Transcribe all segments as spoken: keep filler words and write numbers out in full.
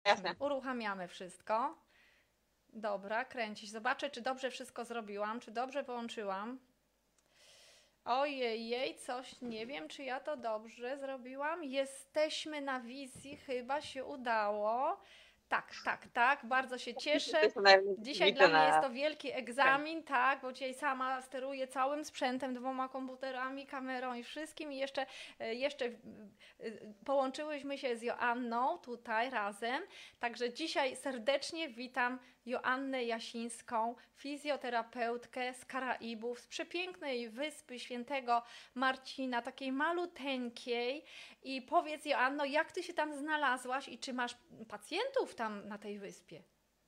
Jasne. Uruchamiamy wszystko. Dobra, kręcić. Zobaczę, czy dobrze wszystko zrobiłam, czy dobrze połączyłam. Ojej, coś, nie wiem, czy ja to dobrze zrobiłam. Jesteśmy na wizji, chyba się udało. Tak, tak, tak, bardzo się cieszę. Dzisiaj Liczę dla mnie jest na to wielki egzamin, tak, bo dzisiaj sama steruję całym sprzętem, dwoma komputerami, kamerą i wszystkim i jeszcze, e, jeszcze e, połączyłyśmy się z Joanną tutaj razem. Także dzisiaj serdecznie witam Joannę Jasińską, fizjoterapeutkę z Karaibów, z przepięknej wyspy Świętego Marcina, takiej maluteńkiej. I powiedz, Joanno, jak ty się tam znalazłaś i czy masz pacjentów tam na tej wyspie?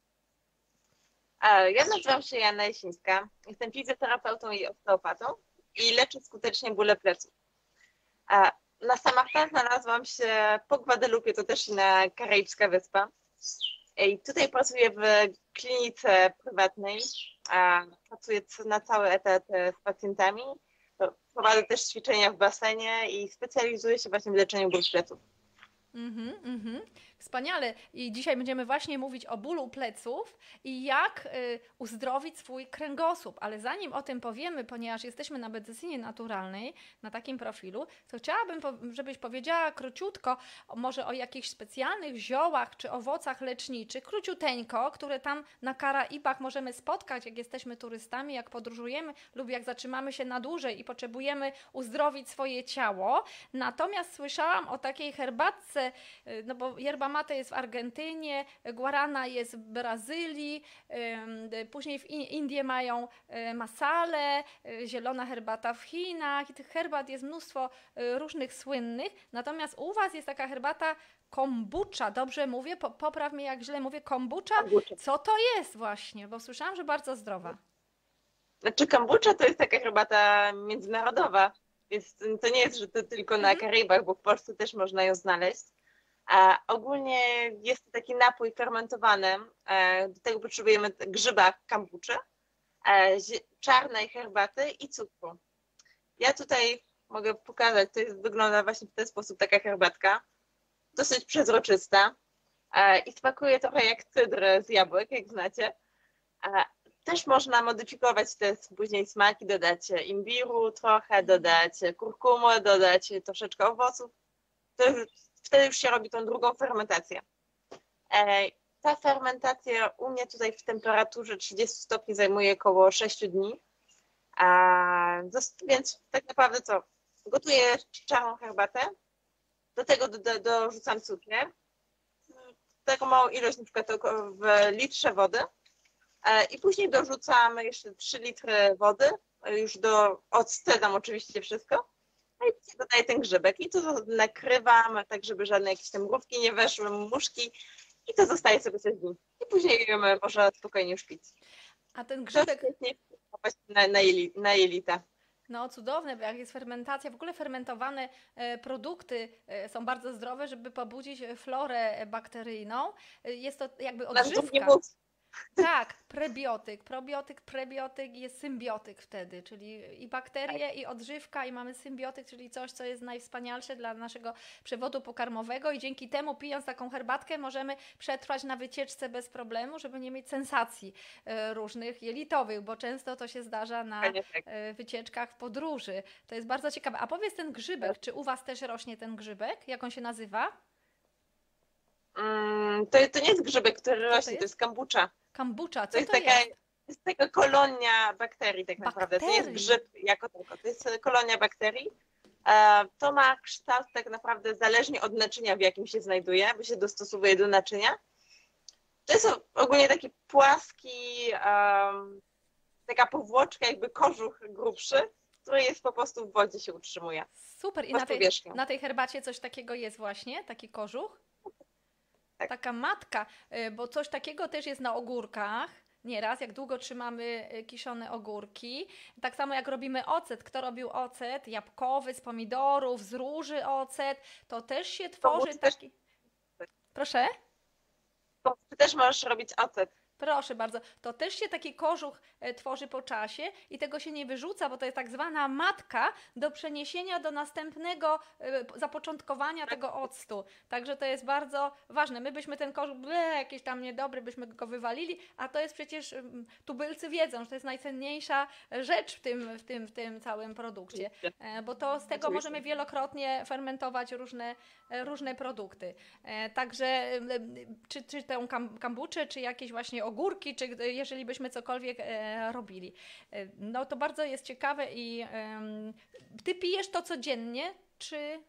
A, Ja nazywam się Joanna Jasińska. Jestem fizjoterapeutą i osteopatą i leczę skutecznie bóle pleców. A na Samartan znalazłam się po Gwadelupie, to też inna karaibska wyspa. I tutaj pracuję w klinice prywatnej. A pracuję na cały etat z pacjentami. Prowadzę też ćwiczenia w basenie i specjalizuję się właśnie w leczeniu ból pleców. Mhm, mhm. Wspaniale. I dzisiaj będziemy właśnie mówić o bólu pleców i jak y, uzdrowić swój kręgosłup. Ale zanim o tym powiemy, ponieważ jesteśmy na medycynie naturalnej, na takim profilu, to chciałabym, żebyś powiedziała króciutko może o jakichś specjalnych ziołach czy owocach leczniczych, króciuteńko, które tam na Karaibach możemy spotkać, jak jesteśmy turystami, jak podróżujemy lub jak zatrzymamy się na dłużej i potrzebujemy uzdrowić swoje ciało. Natomiast słyszałam o takiej herbatce, no bo yerba mate jest w Argentynie, guarana jest w Brazylii, później w Indie mają masale, zielona herbata w Chinach i tych herbat jest mnóstwo różnych słynnych, natomiast u Was jest taka herbata kombucha, dobrze mówię? Popraw mnie, jak źle mówię, kombucha? Kombucha. Co to jest właśnie? Bo słyszałam, że bardzo zdrowa. Znaczy kombucha to jest taka herbata międzynarodowa, więc to nie jest, że to tylko na Karaibach, bo w Polsce też można ją znaleźć. A ogólnie jest to taki napój fermentowany. Do tego potrzebujemy grzyba kombuczy, czarnej herbaty i cukru. Ja tutaj mogę pokazać, to jest, wygląda właśnie w ten sposób taka herbatka. Dosyć przezroczysta i smakuje trochę jak cydr z jabłek, jak znacie. Też można modyfikować te później smaki, dodać imbiru trochę, dodać kurkumy, dodać troszeczkę owoców. To wtedy już się robi tą drugą fermentację. Ta fermentacja u mnie tutaj w temperaturze trzydzieści stopni zajmuje około sześć dni. Więc tak naprawdę co? Gotuję czarną herbatę, do tego dorzucam cukier, taką małą ilość na przykład w litrze wody i później dorzucam jeszcze trzy litry wody, już do, odscedam oczywiście wszystko. No i dodaję ten grzybek i to nakrywam, tak żeby żadne jakieś tam mrówki nie weszły, muszki i to zostaje sobie coś dni. I później można spokojnie już pić. A ten grzybek... Na, na, jeli, na jelita. No cudowne, bo jak jest fermentacja, w ogóle fermentowane produkty są bardzo zdrowe, żeby pobudzić florę bakteryjną. Jest to jakby odżywka. Tak, prebiotyk, probiotyk, prebiotyk i jest symbiotyk wtedy, czyli i bakterie, tak. I odżywka i mamy symbiotyk, czyli coś, co jest najwspanialsze dla naszego przewodu pokarmowego i dzięki temu pijąc taką herbatkę możemy przetrwać na wycieczce bez problemu, żeby nie mieć sensacji różnych jelitowych, bo często to się zdarza na wycieczkach w podróży. To jest bardzo ciekawe. A powiedz ten grzybek, czy u Was też rośnie ten grzybek? Jak on się nazywa? Mm, to, to nie jest grzybek, który rośnie, to jest, to jest kombucha. Kombucha, co to jest? To taka, jest? To jest taka kolonia bakterii tak naprawdę. Bakterii. To nie jest grzyb jako tylko, to jest kolonia bakterii. E, to ma kształt tak naprawdę zależnie od naczynia, w jakim się znajduje, bo się dostosowuje do naczynia. To jest ogólnie taki płaski, um, taka powłoczka, jakby kożuch grubszy, który jest po prostu w wodzie się utrzymuje. Super. I na tej, na tej herbacie coś takiego jest właśnie, taki kożuch? Tak. Taka matka, bo coś takiego też jest na ogórkach. Nieraz, jak długo trzymamy kiszone ogórki. Tak samo jak robimy ocet. Kto robił ocet jabłkowy z pomidorów, z róży ocet, to też się tworzy taki... Proszę? Ty też możesz robić ocet. Proszę bardzo. To też się taki kożuch e, tworzy po czasie i tego się nie wyrzuca, bo to jest tak zwana matka do przeniesienia do następnego e, zapoczątkowania tego octu. Także to jest bardzo ważne. My byśmy ten kożuch, ble, jakiś tam niedobry, byśmy go wywalili, a to jest przecież, mm, tubylcy wiedzą, że to jest najcenniejsza rzecz w tym, w tym, w tym całym produkcie, e, bo to z tego Oczywiście. możemy wielokrotnie fermentować różne, e, różne produkty. E, Także e, czy, czy tę kam- kambuczę, czy jakieś właśnie ogórki, czy e, jeżeli byśmy cokolwiek e, robili. E, No to bardzo jest ciekawe i em, ty pijesz to codziennie, czy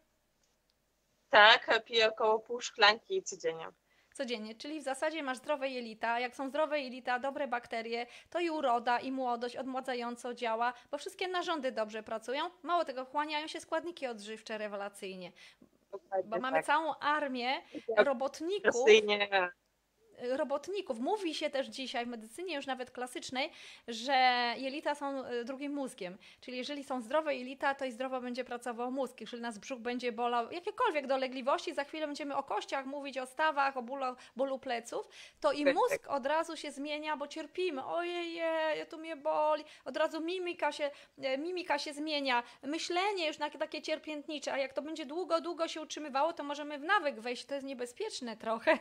Tak, piję około pół szklanki codziennie. codziennie? Czyli w zasadzie masz zdrowe jelita. Jak są zdrowe jelita, dobre bakterie, to i uroda, i młodość odmładzająco działa, bo wszystkie narządy dobrze pracują. Mało tego, wchłaniają się składniki odżywcze rewelacyjnie, bo Dokładnie mamy tak. całą armię robotników, Rosyjnie, robotników. Mówi się też dzisiaj w medycynie już nawet klasycznej, że jelita są y, drugim mózgiem. Czyli jeżeli są zdrowe jelita, to i zdrowo będzie pracował mózg. Jeżeli nas brzuch będzie bolał, jakiekolwiek dolegliwości, za chwilę będziemy o kościach mówić, o stawach, o bólu, bólu pleców, to i tak, mózg od razu się zmienia, bo cierpimy. Ojej, tu mnie boli. Od razu mimika się, e, mimika się zmienia. Myślenie już na takie cierpiętnicze, a jak to będzie długo, długo się utrzymywało, to możemy w nawyk wejść. To jest niebezpieczne trochę.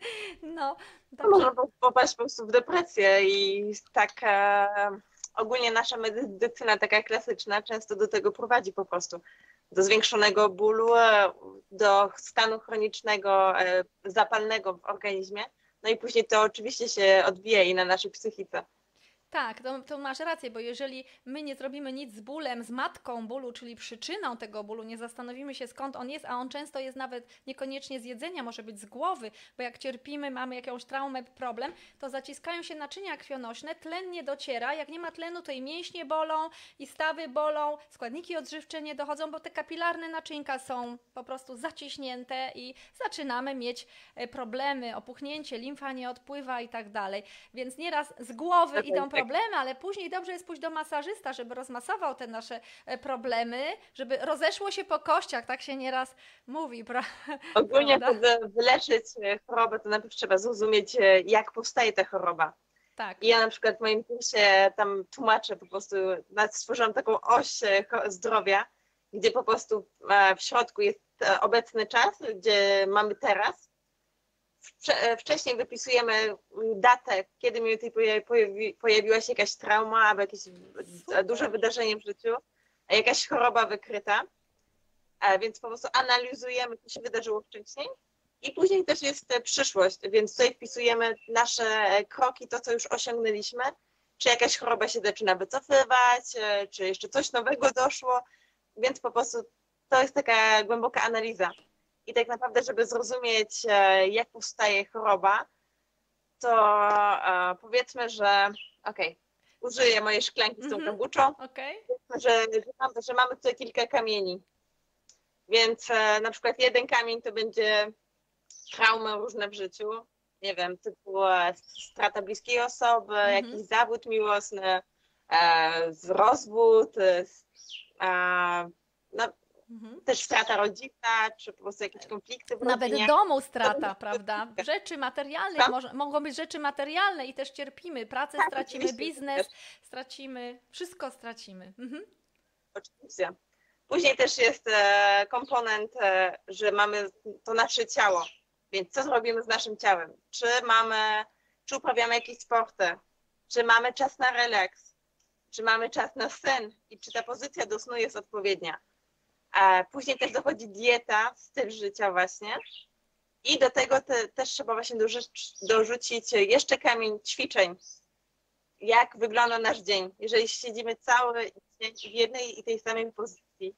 No, no, można po- popaść po prostu w depresję i taka ogólnie nasza medycyna taka klasyczna często do tego prowadzi po prostu. Do zwiększonego bólu, e, do stanu chronicznego, e, zapalnego w organizmie. No i później to oczywiście się odbija i na naszej psychice. Tak, to, to masz rację, bo jeżeli my nie zrobimy nic z bólem, z matką bólu, czyli przyczyną tego bólu, nie zastanowimy się skąd on jest, a on często jest nawet niekoniecznie z jedzenia, może być z głowy, bo jak cierpimy, mamy jakąś traumę, problem, to zaciskają się naczynia krwionośne, tlen nie dociera, jak nie ma tlenu, to i mięśnie bolą, i stawy bolą, składniki odżywcze nie dochodzą, bo te kapilarne naczynka są po prostu zaciśnięte i zaczynamy mieć e, problemy, opuchnięcie, limfa nie odpływa i tak dalej. Więc nieraz z głowy Dokładnie idą tak. problemy, ale później dobrze jest pójść do masażysta, żeby rozmasował te nasze e, problemy, żeby rozeszło się po kościach, tak się nieraz mówi, pra- Ogólnie, prawda? żeby wyleczyć e, chorobę, to najpierw trzeba zrozumieć, e, jak powstaje ta choroba. Tak. I ja na przykład w moim kursie tam tłumaczę po prostu, nawet stworzyłam taką oś e, cho- zdrowia, gdzie po prostu e, w środku jest e, obecny czas, gdzie mamy teraz. Wcze- e, Wcześniej wypisujemy datę, kiedy mniej więcej pojawi, pojawi, pojawiła się jakaś trauma albo jakieś e, duże wydarzenie w życiu, a jakaś choroba wykryta. A więc po prostu analizujemy, co się wydarzyło wcześniej. I później też jest e, przyszłość, więc tutaj wpisujemy nasze e, kroki, to co już osiągnęliśmy, czy jakaś choroba się zaczyna wycofywać, e, czy jeszcze coś nowego doszło, więc po prostu to jest taka głęboka analiza. I tak naprawdę, żeby zrozumieć, e, jak powstaje choroba, to e, powiedzmy, że okej, użyję mojej szklanki z tą Mhm. kombuczą, Okej? że, że, mamy, że mamy tutaj kilka kamieni. Więc e, na przykład jeden kamień to będzie traumy różne w życiu, nie wiem, typu e, strata bliskiej osoby, Mhm. jakiś zawód miłosny, e, z- rozwód, e, s- a, no, Mhm. też strata rodzica, czy po prostu jakieś konflikty w Nawet rodzinie. domu strata, prawda? Rzeczy materialnych, Tam? może, mogą być rzeczy materialne i też cierpimy. Pracę Tak, stracimy, oczywiście, biznes też. stracimy, wszystko stracimy. Mhm. Oczywiście. Później też jest e, komponent, e, że mamy to nasze ciało. Więc co zrobimy z naszym ciałem? Czy mamy, czy uprawiamy jakieś sporty? Czy mamy czas na relaks? Czy mamy czas na sen? I czy ta pozycja do snu jest odpowiednia? A później też dochodzi dieta, styl życia właśnie. I do tego te, też trzeba właśnie dorzucić, dorzucić jeszcze kamień ćwiczeń. Jak wygląda nasz dzień? Jeżeli siedzimy cały dzień w jednej i tej samej pozycji,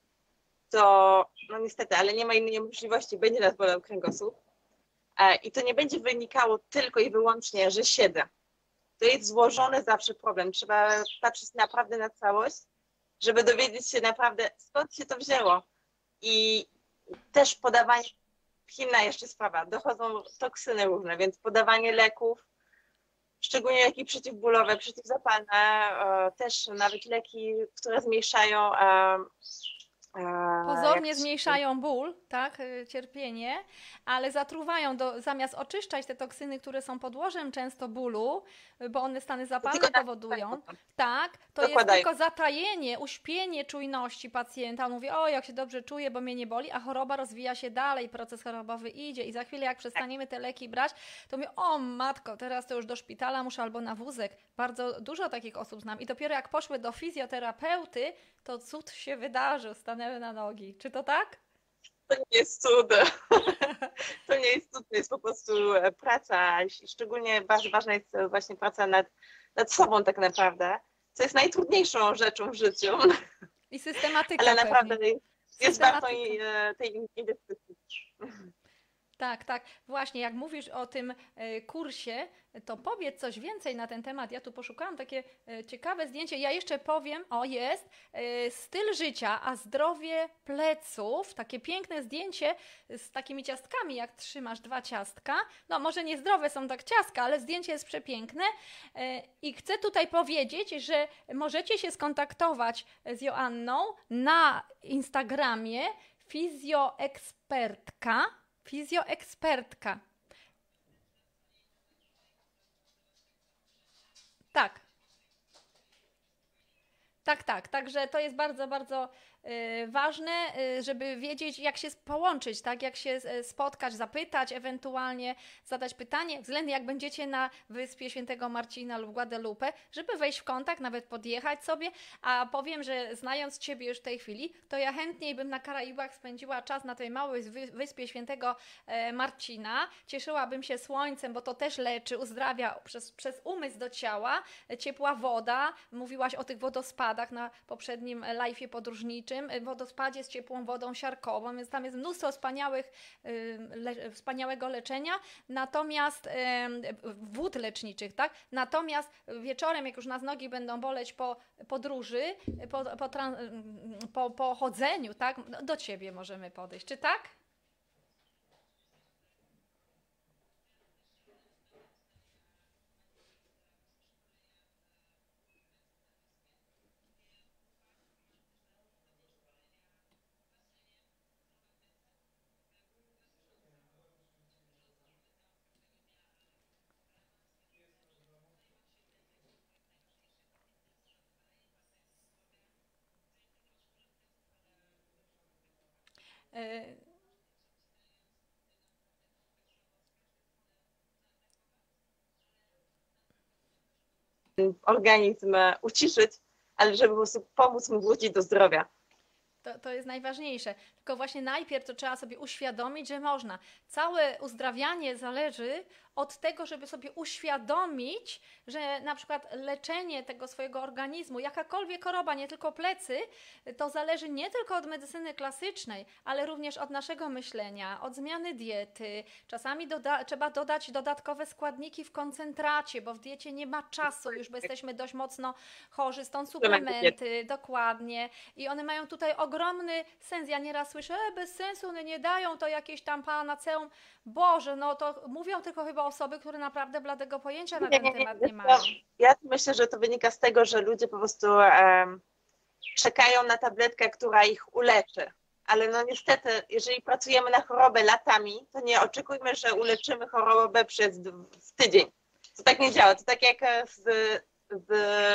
to no niestety, ale nie ma innej możliwości, będzie nas bolał kręgosłup. E, I to nie będzie wynikało tylko i wyłącznie, że siedzę. To jest złożony zawsze problem. Trzeba patrzeć naprawdę na całość, żeby dowiedzieć się naprawdę, skąd się to wzięło. I też podawanie, inna jeszcze sprawa, dochodzą toksyny różne, więc podawanie leków, szczególnie leki przeciwbólowe, przeciwzapalne, e, też nawet leki, które zmniejszają e, A, jak Pozornie to się... zmniejszają ból, tak, y, cierpienie, ale zatruwają, do, zamiast oczyszczać te toksyny, które są podłożem często bólu, y, bo one stany To tylko zapalne na powodują, tak, to jest dokładają. tylko zatajenie, uśpienie czujności pacjenta. On mówi, o, jak się dobrze czuję, bo mnie nie boli, a choroba rozwija się dalej, proces chorobowy idzie i za chwilę jak przestaniemy te leki brać, to mówię, o matko, teraz to już do szpitala muszę albo na wózek. Bardzo dużo takich osób znam i dopiero jak poszły do fizjoterapeuty, to cud się wydarzył, stanęły na nogi. Czy to tak? To nie jest cud. To nie jest cud, to jest po prostu e, praca. Szczególnie bardzo ważna jest e, właśnie praca nad, nad sobą tak naprawdę, co jest najtrudniejszą rzeczą w życiu, I systematyka ale naprawdę pewnie. jest, jest warto Systematyka. i, e, tej inwestycji. Tak, tak. Właśnie, jak mówisz o tym e, kursie, to powiedz coś więcej na ten temat. Ja tu poszukałam takie e, ciekawe zdjęcie. Ja jeszcze powiem, o jest, e, styl życia, a zdrowie pleców. Takie piękne zdjęcie z takimi ciastkami, jak trzymasz dwa ciastka. No może niezdrowe są tak ciastka, ale zdjęcie jest przepiękne. E, I chcę tutaj powiedzieć, że możecie się skontaktować z Joanną na Instagramie fizjoekspertka. Fizjoekspertka. Tak, tak, tak. Także to jest bardzo, bardzo y, ważne, y, żeby wiedzieć, jak się połączyć, tak? Jak się y, spotkać, zapytać, ewentualnie zadać pytanie, względnie jak będziecie na Wyspie Świętego Marcina lub Guadalupe, żeby wejść w kontakt, nawet podjechać sobie. A powiem, że znając Ciebie już w tej chwili, to ja chętniej bym na Karaibach spędziła czas na tej małej wy- Wyspie Świętego e, Marcina. Cieszyłabym się słońcem, bo to też leczy, uzdrawia przez, przez umysł do ciała. Ciepła woda. Mówiłaś o tych wodospadach na poprzednim live'ie podróżniczym. Wodospadzie z ciepłą wodą siarkową, więc tam jest mnóstwo wspaniałych, y, le, wspaniałego leczenia. Natomiast y, wód leczniczych, tak? Natomiast wieczorem, jak już nas nogi będą boleć po podróży, po, po, tran, po, po chodzeniu, tak? Do Ciebie możemy podejść. Czy tak? Y, Organizm e, uciszyć, ale żeby po prostu pomóc mu wrócić do zdrowia. To, to jest najważniejsze. Tylko właśnie najpierw to trzeba sobie uświadomić, że można. Całe uzdrawianie zależy od tego, żeby sobie uświadomić, że na przykład leczenie tego swojego organizmu, jakakolwiek choroba, nie tylko plecy, to zależy nie tylko od medycyny klasycznej, ale również od naszego myślenia, od zmiany diety. Czasami doda- trzeba dodać dodatkowe składniki w koncentracie, bo w diecie nie ma czasu, już bo jesteśmy dość mocno chorzy, stąd suplementy, dokładnie. I one mają tutaj ogromny sens. Ja nieraz słyszę, e, bez sensu, one nie dają, to jakieś tam panaceum. Boże, no to mówią tylko chyba osoby, które naprawdę bladego pojęcia na Nie, ten nie, nie, temat nie wiesz mają. co, ja myślę, że to wynika z tego, że ludzie po prostu em, czekają na tabletkę, która ich uleczy. Ale no niestety, jeżeli pracujemy na chorobę latami, to nie oczekujmy, że uleczymy chorobę przez d- w tydzień. To tak nie działa. To tak jak e, z, z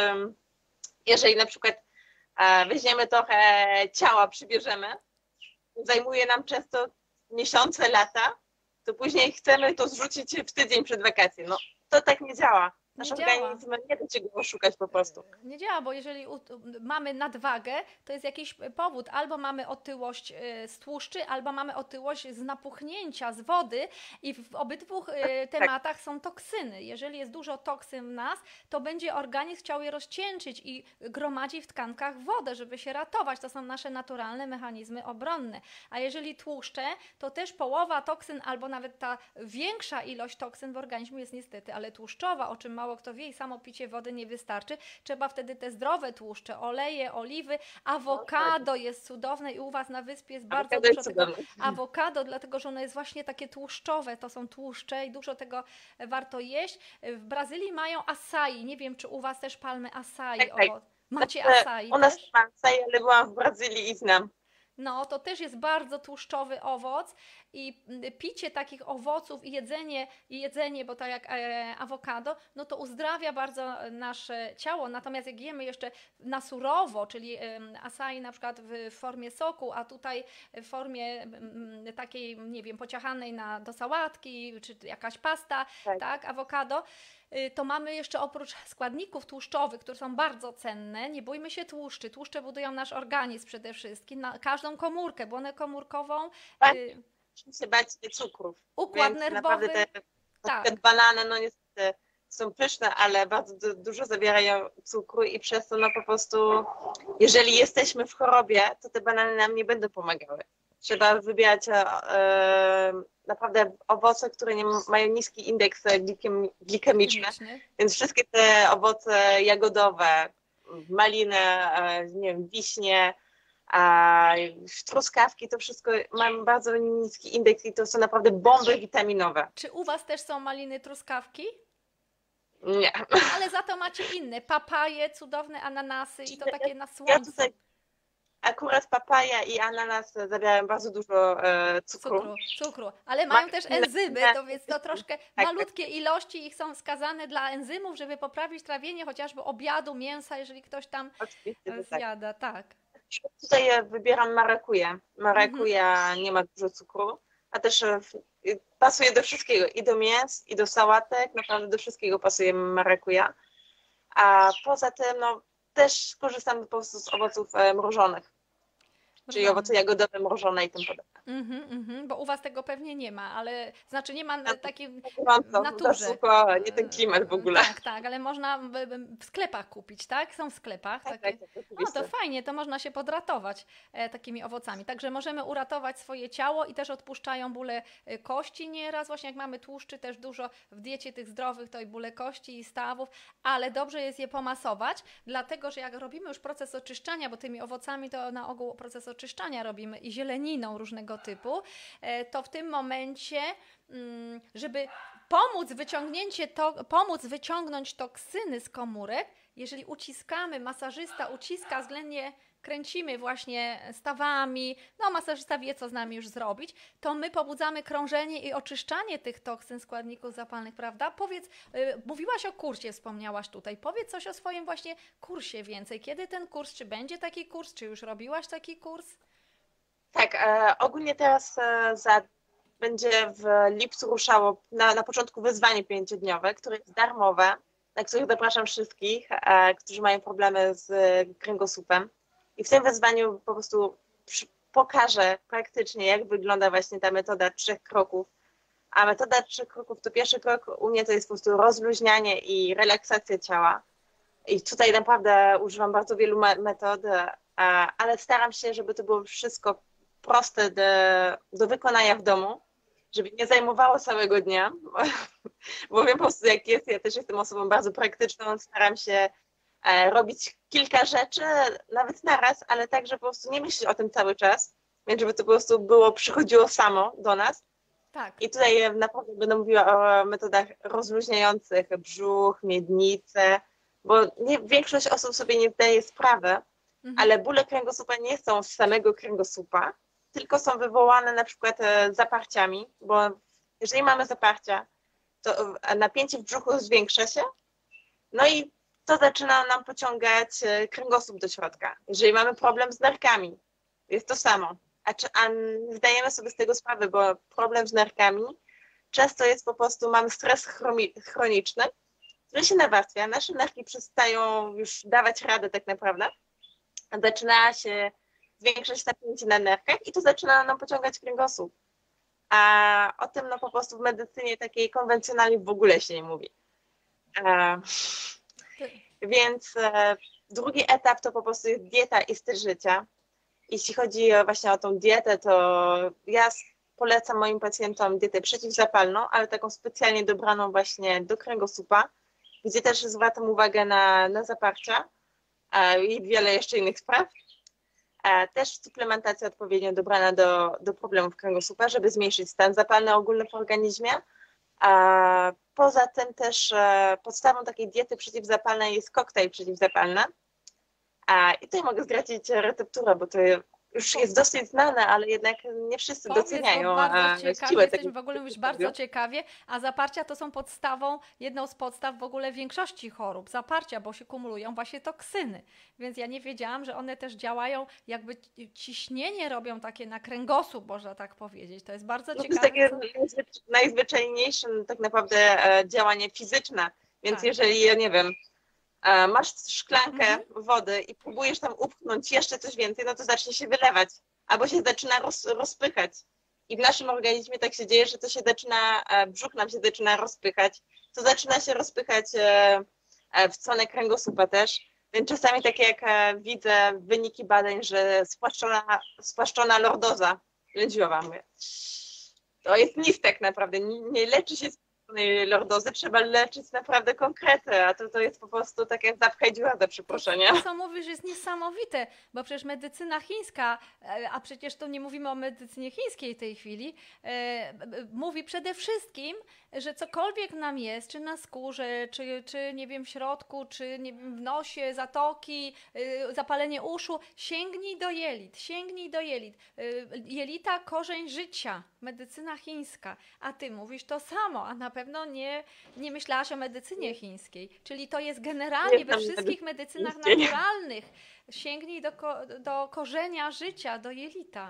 jeżeli na przykład e, weźmiemy trochę ciała, przybierzemy, zajmuje nam często miesiące, lata, to później chcemy to zrzucić w tydzień przed wakacje. No to tak nie działa. Nasz Nie działa. organizm nie da się go oszukać po prostu. Nie działa, bo jeżeli u, mamy nadwagę, to jest jakiś powód. Albo mamy otyłość y, z tłuszczy, albo mamy otyłość z napuchnięcia, z wody i w obydwu y, tematach są toksyny. Jeżeli jest dużo toksyn w nas, to będzie organizm chciał je rozcieńczyć i gromadzi w tkankach wodę, żeby się ratować. To są nasze naturalne mechanizmy obronne. A jeżeli tłuszcze, to też połowa toksyn, albo nawet ta większa ilość toksyn w organizmie jest niestety, ale tłuszczowa, o czym mało kto wie i samo picie wody nie wystarczy. Trzeba wtedy te zdrowe tłuszcze, oleje, oliwy, awokado jest cudowne i u Was na wyspie jest bardzo Awokado dużo jest tego cudowne. awokado, dlatego że ono jest właśnie takie tłuszczowe, to są tłuszcze i dużo tego warto jeść. W Brazylii mają açaí, nie wiem czy u Was też palmy açaí. Tak, tak. Owo- Macie Znaczy, açaí u nas też? nie ma acai, ale byłam w Brazylii i znam. No, to też jest bardzo tłuszczowy owoc i picie takich owoców i jedzenie, i jedzenie, bo tak jak e, awokado, no to uzdrawia bardzo nasze ciało. Natomiast jak jemy jeszcze na surowo, czyli e, acai na przykład w formie soku, a tutaj w formie m, takiej, nie wiem, pociachanej na, do sałatki, czy jakaś pasta, Tak. tak, awokado, to mamy jeszcze oprócz składników tłuszczowych, które są bardzo cenne, nie bójmy się tłuszczy. Tłuszcze budują nasz organizm przede wszystkim, na każdą komórkę, błonę komórkową, Tak, y, musimy się bać cukrów. układ Więc nerwowy. naprawdę te na Tak. przykład banany, no niestety są pyszne, ale bardzo du- dużo zawierają cukru i przez to no po prostu, jeżeli jesteśmy w chorobie, to te banany nam nie będą pomagały. Trzeba wybierać e, e, naprawdę owoce, które nie m- mają niski indeks glikem, glikemiczny, Chemiczny. więc wszystkie te owoce jagodowe, maliny, e, nie wiem, wiśnie, a truskawki, to wszystko mam bardzo niski indeks i to są naprawdę bomby witaminowe. Czy u Was też są maliny, truskawki? Nie. Ale za to macie inne, papaje, cudowne ananasy i to takie na Ja słońcu. tutaj akurat papaja i ananas zawierają bardzo dużo e, cukru. Cukru, cukru, ale mają Ma- też enzymy, tak. to więc to troszkę tak. malutkie ilości ich są wskazane dla enzymów, żeby poprawić trawienie chociażby obiadu, mięsa, jeżeli ktoś tam Oczywiście, e, że tak. zjada, tak. Tutaj e, wybieram marakuję. Marakuja nie ma dużo cukru, a też e, w- y, pasuje do wszystkiego, i do mięs, i do sałatek, naprawdę do wszystkiego pasuje marakuja. A poza tym, no, też korzystam po prostu z owoców e, mrożonych, czyli Mrożone. owoce jagodowe mrożone i tym podobne. Mhm, mhm, bo u Was tego pewnie nie ma, ale znaczy nie ma Na- takiej w Gorąco, za naturze. sucho, nie ten klimat w ogóle. Tak, tak, ale można w, w sklepach kupić, tak? Są w sklepach Tak, takie. tak, No oczywiście. to fajnie, to można się podratować e, takimi owocami. Także możemy uratować swoje ciało i też odpuszczają bóle e, kości nieraz. Właśnie jak mamy tłuszczy też dużo w diecie tych zdrowych, to i bóle kości i stawów, ale dobrze jest je pomasować, dlatego że jak robimy już proces oczyszczania, bo tymi owocami to na ogół proces oczyszczania robimy i zieleniną różnego typu, e, to w tym momencie, mm, żeby pomóc wyciągnięcie to, pomóc wyciągnąć toksyny z komórek, jeżeli uciskamy, masażysta uciska, względnie kręcimy właśnie stawami, no masażysta wie, co z nami już zrobić, to my pobudzamy krążenie i oczyszczanie tych toksyn, składników zapalnych, prawda? Powiedz, y, mówiłaś o kursie, wspomniałaś tutaj, powiedz coś o swoim właśnie kursie więcej. Kiedy ten kurs, czy będzie taki kurs, czy już robiłaś taki kurs? Tak, e, ogólnie teraz e, za, będzie w lipcu ruszało na, na początku wyzwanie pięciodniowe, które jest darmowe, na których zapraszam wszystkich, e, którzy mają problemy z kręgosłupem. I w tym wyzwaniu po prostu przy, pokażę praktycznie, jak wygląda właśnie ta metoda trzech kroków. A metoda trzech kroków to pierwszy krok u mnie to jest po prostu rozluźnianie i relaksacja ciała. I tutaj naprawdę używam bardzo wielu me- metod, e, ale staram się, żeby to było wszystko proste do, do wykonania w domu, żeby nie zajmowało całego dnia, bo wiem po prostu jak jest, ja też jestem osobą bardzo praktyczną, staram się e, robić kilka rzeczy, nawet naraz, ale tak, że po prostu nie myśleć o tym cały czas, więc żeby to po prostu było, przychodziło samo do nas. Tak. I tutaj naprawdę będę mówiła o metodach rozluźniających brzuch, miednicę, bo nie, większość osób sobie nie zdaje sprawy, Mhm. ale bóle kręgosłupa nie są z samego kręgosłupa, tylko są wywołane na przykład e, zaparciami, bo jeżeli mamy zaparcia, to e, napięcie w brzuchu zwiększa się, no i to zaczyna nam pociągać e, kręgosłup do środka. Jeżeli mamy problem z nerkami, jest to samo. A, czy, a nie zdajemy sobie z tego sprawy, bo problem z nerkami często jest po prostu, mamy stres chromi- chroniczny, który się nawarstwia, nasze nerki przestają już dawać radę tak naprawdę, zaczyna się zwiększać napięcie na nerkach i to zaczyna nam pociągać kręgosłup. A o tym no po prostu w medycynie takiej konwencjonalnej w ogóle się nie mówi. E, więc e, drugi etap to po prostu jest dieta i styl życia. Jeśli chodzi o właśnie o tą dietę, to ja polecam moim pacjentom dietę przeciwzapalną, ale taką specjalnie dobraną właśnie do kręgosłupa, gdzie też zwracam uwagę na, na zaparcia e, i wiele jeszcze innych spraw. E, też suplementacja odpowiednio dobrana do, do problemów kręgosłupa, żeby zmniejszyć stan zapalny ogólny w organizmie. E, poza tym też e, podstawą takiej diety przeciwzapalnej jest koktajl przeciwzapalny. A, I tutaj mogę zdradzić recepturę, bo to już jest dosyć znane, ale jednak nie wszyscy Powiedz, doceniają bo bardzo e, ciekawie, siłę jesteśmy tego w ogóle mówisz przysłowia. bardzo ciekawie, a zaparcia to są podstawą, jedną z podstaw w ogóle większości chorób. Zaparcia, bo się kumulują właśnie toksyny. Więc ja nie wiedziałam, że one też działają, jakby ciśnienie robią takie na kręgosłup, można tak powiedzieć. To jest bardzo No to jest ciekawe. takie Co... najzwyc- najzwyczajniejsze tak naprawdę e, działanie fizyczne. Więc Tak. jeżeli, ja nie wiem, e, masz szklankę Mhm. wody i próbujesz tam upchnąć jeszcze coś więcej, no to zacznie się wylewać. Albo się zaczyna roz, rozpychać. I w naszym organizmie tak się dzieje, że to się zaczyna, e, brzuch nam się zaczyna rozpychać, to zaczyna się rozpychać e, e, w stronę kręgosłupa też. Więc czasami takie jak e, widzę wyniki badań, że spłaszczona, spłaszczona lordoza lędźwiowa, mówię, to jest nic tak naprawdę, nie, nie leczy się spłaszczonej lordozy, trzeba leczyć naprawdę konkrety, a to, to jest po prostu takie zapchaj dziura za przeproszenia. To, co mówisz, jest niesamowite, bo przecież medycyna chińska, e, a przecież to nie mówimy o medycynie chińskiej w tej chwili, e, b- mówi przede wszystkim, że cokolwiek nam jest, czy na skórze, czy, czy nie wiem, w środku, czy nie wiem, w nosie, zatoki, e, zapalenie uszu, sięgnij do jelit, sięgnij do jelit. E, jelita, korzeń życia, medycyna chińska, a ty mówisz to samo, a na pewno nie, nie myślałaś o medycynie chińskiej, czyli to jest generalnie Nie we znam wszystkich medycynach chińskiej. naturalnych. Sięgnij do, ko- do korzenia życia, do jelita.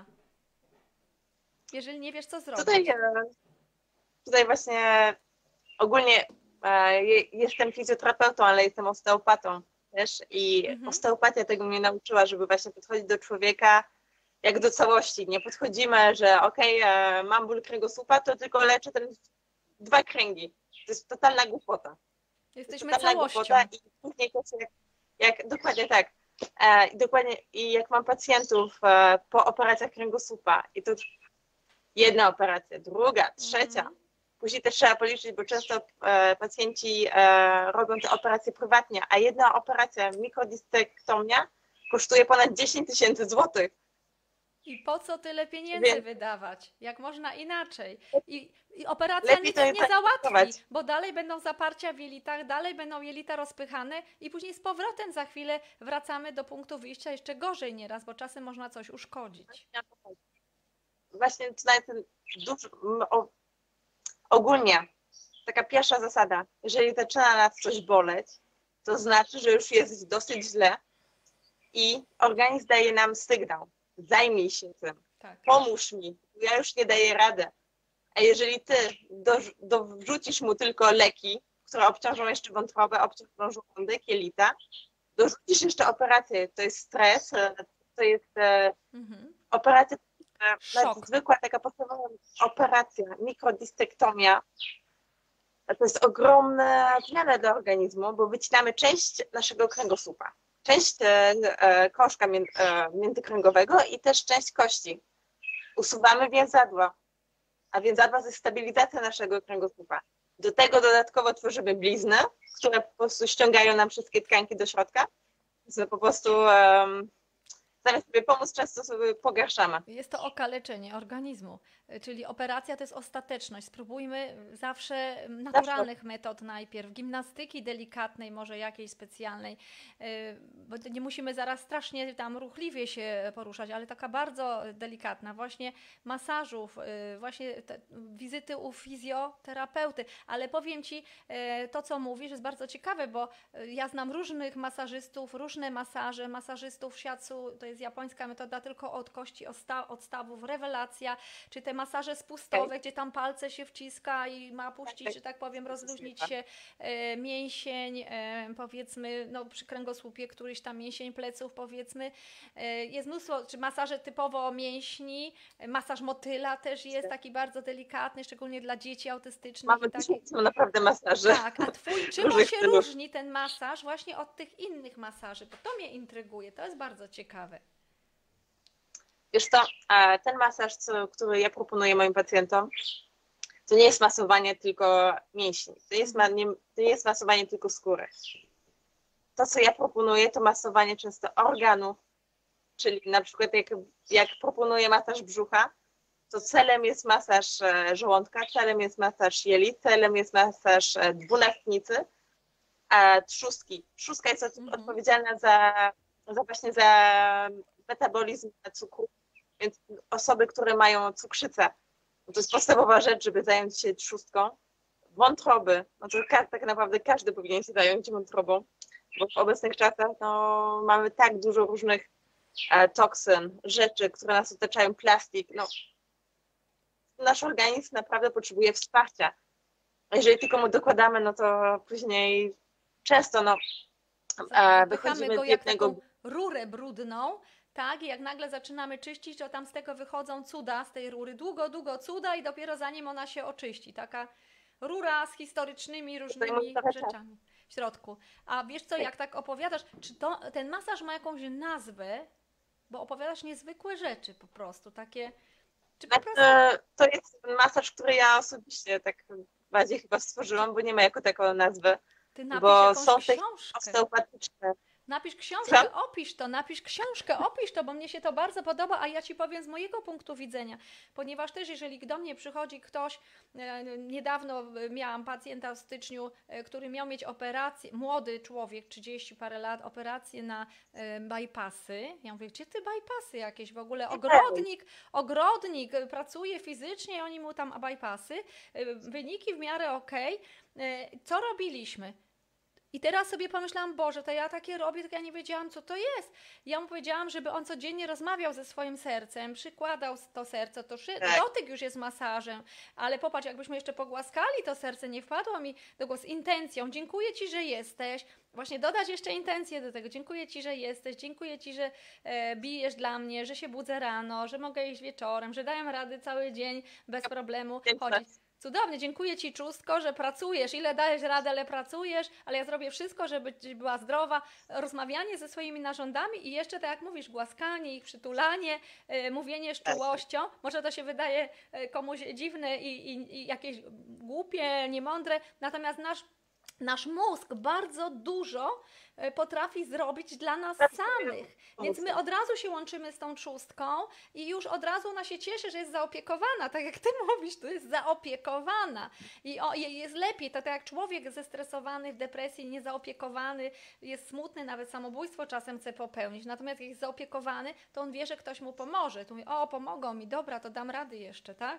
Jeżeli nie wiesz, co zrobić. Tutaj, e, tutaj właśnie ogólnie e, je- jestem fizjoterapeutą, ale jestem osteopatą też i Mhm. osteopatia tego mnie nauczyła, żeby właśnie podchodzić do człowieka jak do całości. Nie podchodzimy, że okej, e, mam ból kręgosłupa, to tylko leczę ten dwa kręgi. To jest totalna głupota. To jest Jesteśmy totalna całością. głupota i później to się jak, jak dokładnie tak. E, I dokładnie i jak mam pacjentów e, po operacjach kręgosłupa i to jedna operacja, druga, trzecia. Mhm. Później też trzeba policzyć, bo często e, pacjenci e, robią te operacje prywatnie, a jedna operacja, mikrodistektomia, kosztuje ponad dziesięć tysięcy złotych. I po co tyle pieniędzy Więc- wydawać? Jak można inaczej? I, i operacja Lepiej nic to nie jednak załatwi, testować. bo dalej będą zaparcia w jelitach, dalej będą jelita rozpychane i później z powrotem za chwilę wracamy do punktu wyjścia jeszcze gorzej nieraz, bo czasem można coś uszkodzić. Właśnie tutaj ten duży, m, o, ogólnie taka pierwsza zasada, jeżeli zaczyna nas coś boleć, to znaczy, że już jest dosyć źle i organizm daje nam sygnał. Zajmij się tym, Tak. pomóż mi, ja już nie daję rady. A jeżeli ty dorz- dorzucisz mu tylko leki, które obciążą jeszcze wątrobę, obciążą żołądek, jelita, dorzucisz jeszcze operację, to jest stres, e, to jest e, Mhm. operacja, e, Szok. nawet zwykła taka podstawowa operacja, mikrodistektomia, to jest ogromna zmiana dla organizmu, bo wycinamy część naszego kręgosłupa, część e, e, koszka mię, e, międzykręgowego i też część kości. Usuwamy więzadła, a więzadła to jest stabilizacja naszego kręgosłupa. Do tego dodatkowo tworzymy blizny, które po prostu ściągają nam wszystkie tkanki do środka. Więc po prostu um, zamiast sobie pomóc, często sobie pogarszamy. Jest to okaleczenie organizmu, czyli operacja to jest ostateczność. Spróbujmy zawsze naturalnych metod najpierw, gimnastyki delikatnej, może jakiejś specjalnej, bo nie musimy zaraz strasznie tam ruchliwie się poruszać, ale taka bardzo delikatna, właśnie masażów, właśnie te, wizyty u fizjoterapeuty. Ale powiem Ci, to co mówisz jest bardzo ciekawe, bo ja znam różnych masażystów, różne masaże, masażystów shiatsu, to jest japońska metoda tylko od kości odstawów, rewelacja, czy te masaże spustowe, okay. gdzie tam palce się wciska i ma puścić, tak, że tak powiem, rozluźnić się e, mięsień, e, powiedzmy, no przy kręgosłupie któryś tam mięsień pleców, powiedzmy. E, jest mnóstwo, czy masaże typowo mięśni, masaż motyla też jest taki bardzo delikatny, szczególnie dla dzieci autystycznych. Mamy taki... są naprawdę masaże. Tak, a twój, czym on się różni, ten masaż, właśnie od tych innych masaży? Bo to mnie intryguje, to jest bardzo ciekawe. Wiesz co, ten masaż, który ja proponuję moim pacjentom, to nie jest masowanie tylko mięśni, to, jest, to nie jest masowanie tylko skóry. To, co ja proponuję, to masowanie często organów, czyli na przykład jak, jak proponuję masaż brzucha, to celem jest masaż żołądka, celem jest masaż jelit, celem jest masaż dwunastnicy, a trzustki. Trzustka jest mhm. odpowiedzialna za, za właśnie za metabolizm cukru Więc osoby, które mają cukrzycę, no to jest podstawowa rzecz, żeby zająć się trzustką. Wątroby, no to ka- tak naprawdę każdy powinien się zająć wątrobą, bo w obecnych czasach no, mamy tak dużo różnych e, toksyn, rzeczy, które nas otaczają, plastik. No, nasz organizm naprawdę potrzebuje wsparcia. Jeżeli tylko mu dokładamy, no to później często no, e, wychodzimy go z jak jednego... taką rurę brudną, tak? I jak nagle zaczynamy czyścić, to tam z tego wychodzą cuda z tej rury. Długo, długo cuda i dopiero zanim ona się oczyści. Taka rura z historycznymi różnymi rzeczami w środku. A wiesz co, jak tak opowiadasz, czy to, ten masaż ma jakąś nazwę? Bo opowiadasz niezwykłe rzeczy po prostu, takie... Czy po prostu... To jest masaż, który ja osobiście tak bardziej chyba stworzyłam, bo nie ma jako taką nazwy. Ty napisz bo jakąś są książkę. Osteopatyczne. Napisz książkę, opisz to, napisz książkę, opisz to, bo mnie się to bardzo podoba, a ja Ci powiem z mojego punktu widzenia, ponieważ też jeżeli do mnie przychodzi ktoś, e, niedawno miałam pacjenta w styczniu, e, który miał mieć operację, młody człowiek, trzydzieści parę lat, operację na e, bypassy. Ja mówię, gdzie Ty bypassy jakieś w ogóle? Ogrodnik, ogrodnik pracuje fizycznie, oni mu tam bypassy, e, wyniki w miarę okej. E, co robiliśmy? I teraz sobie pomyślałam, Boże, to ja takie robię, tylko ja nie wiedziałam, co to jest. Ja mu powiedziałam, żeby on codziennie rozmawiał ze swoim sercem, przykładał to serce, to szy... Tak. dotyk już jest masażem, ale popatrz, jakbyśmy jeszcze pogłaskali to serce, nie wpadło mi do głosu, z intencją, dziękuję Ci, że jesteś, właśnie dodać jeszcze intencję do tego, dziękuję Ci, że jesteś, dziękuję Ci, że e, bijesz dla mnie, że się budzę rano, że mogę iść wieczorem, że daję radę cały dzień bez problemu chodzić. Cudownie, dziękuję Ci, Czustko, że pracujesz. Ile dajesz radę, ale pracujesz, ale ja zrobię wszystko, żeby była zdrowa. Rozmawianie ze swoimi narządami i jeszcze, tak jak mówisz, głaskanie ich, przytulanie, yy, mówienie z czułością. Może to się wydaje komuś dziwne i, i, i jakieś głupie, niemądre, natomiast nasz Nasz mózg bardzo dużo potrafi zrobić dla nas samych, więc my od razu się łączymy z tą trzustką i już od razu ona się cieszy, że jest zaopiekowana, tak jak Ty mówisz, to jest zaopiekowana i o, jest lepiej, to tak jak człowiek zestresowany, w depresji, niezaopiekowany, jest smutny, nawet samobójstwo czasem chce popełnić, natomiast jak jest zaopiekowany, to on wie, że ktoś mu pomoże, tu mówi, o pomogą mi, dobra, to dam rady jeszcze, tak?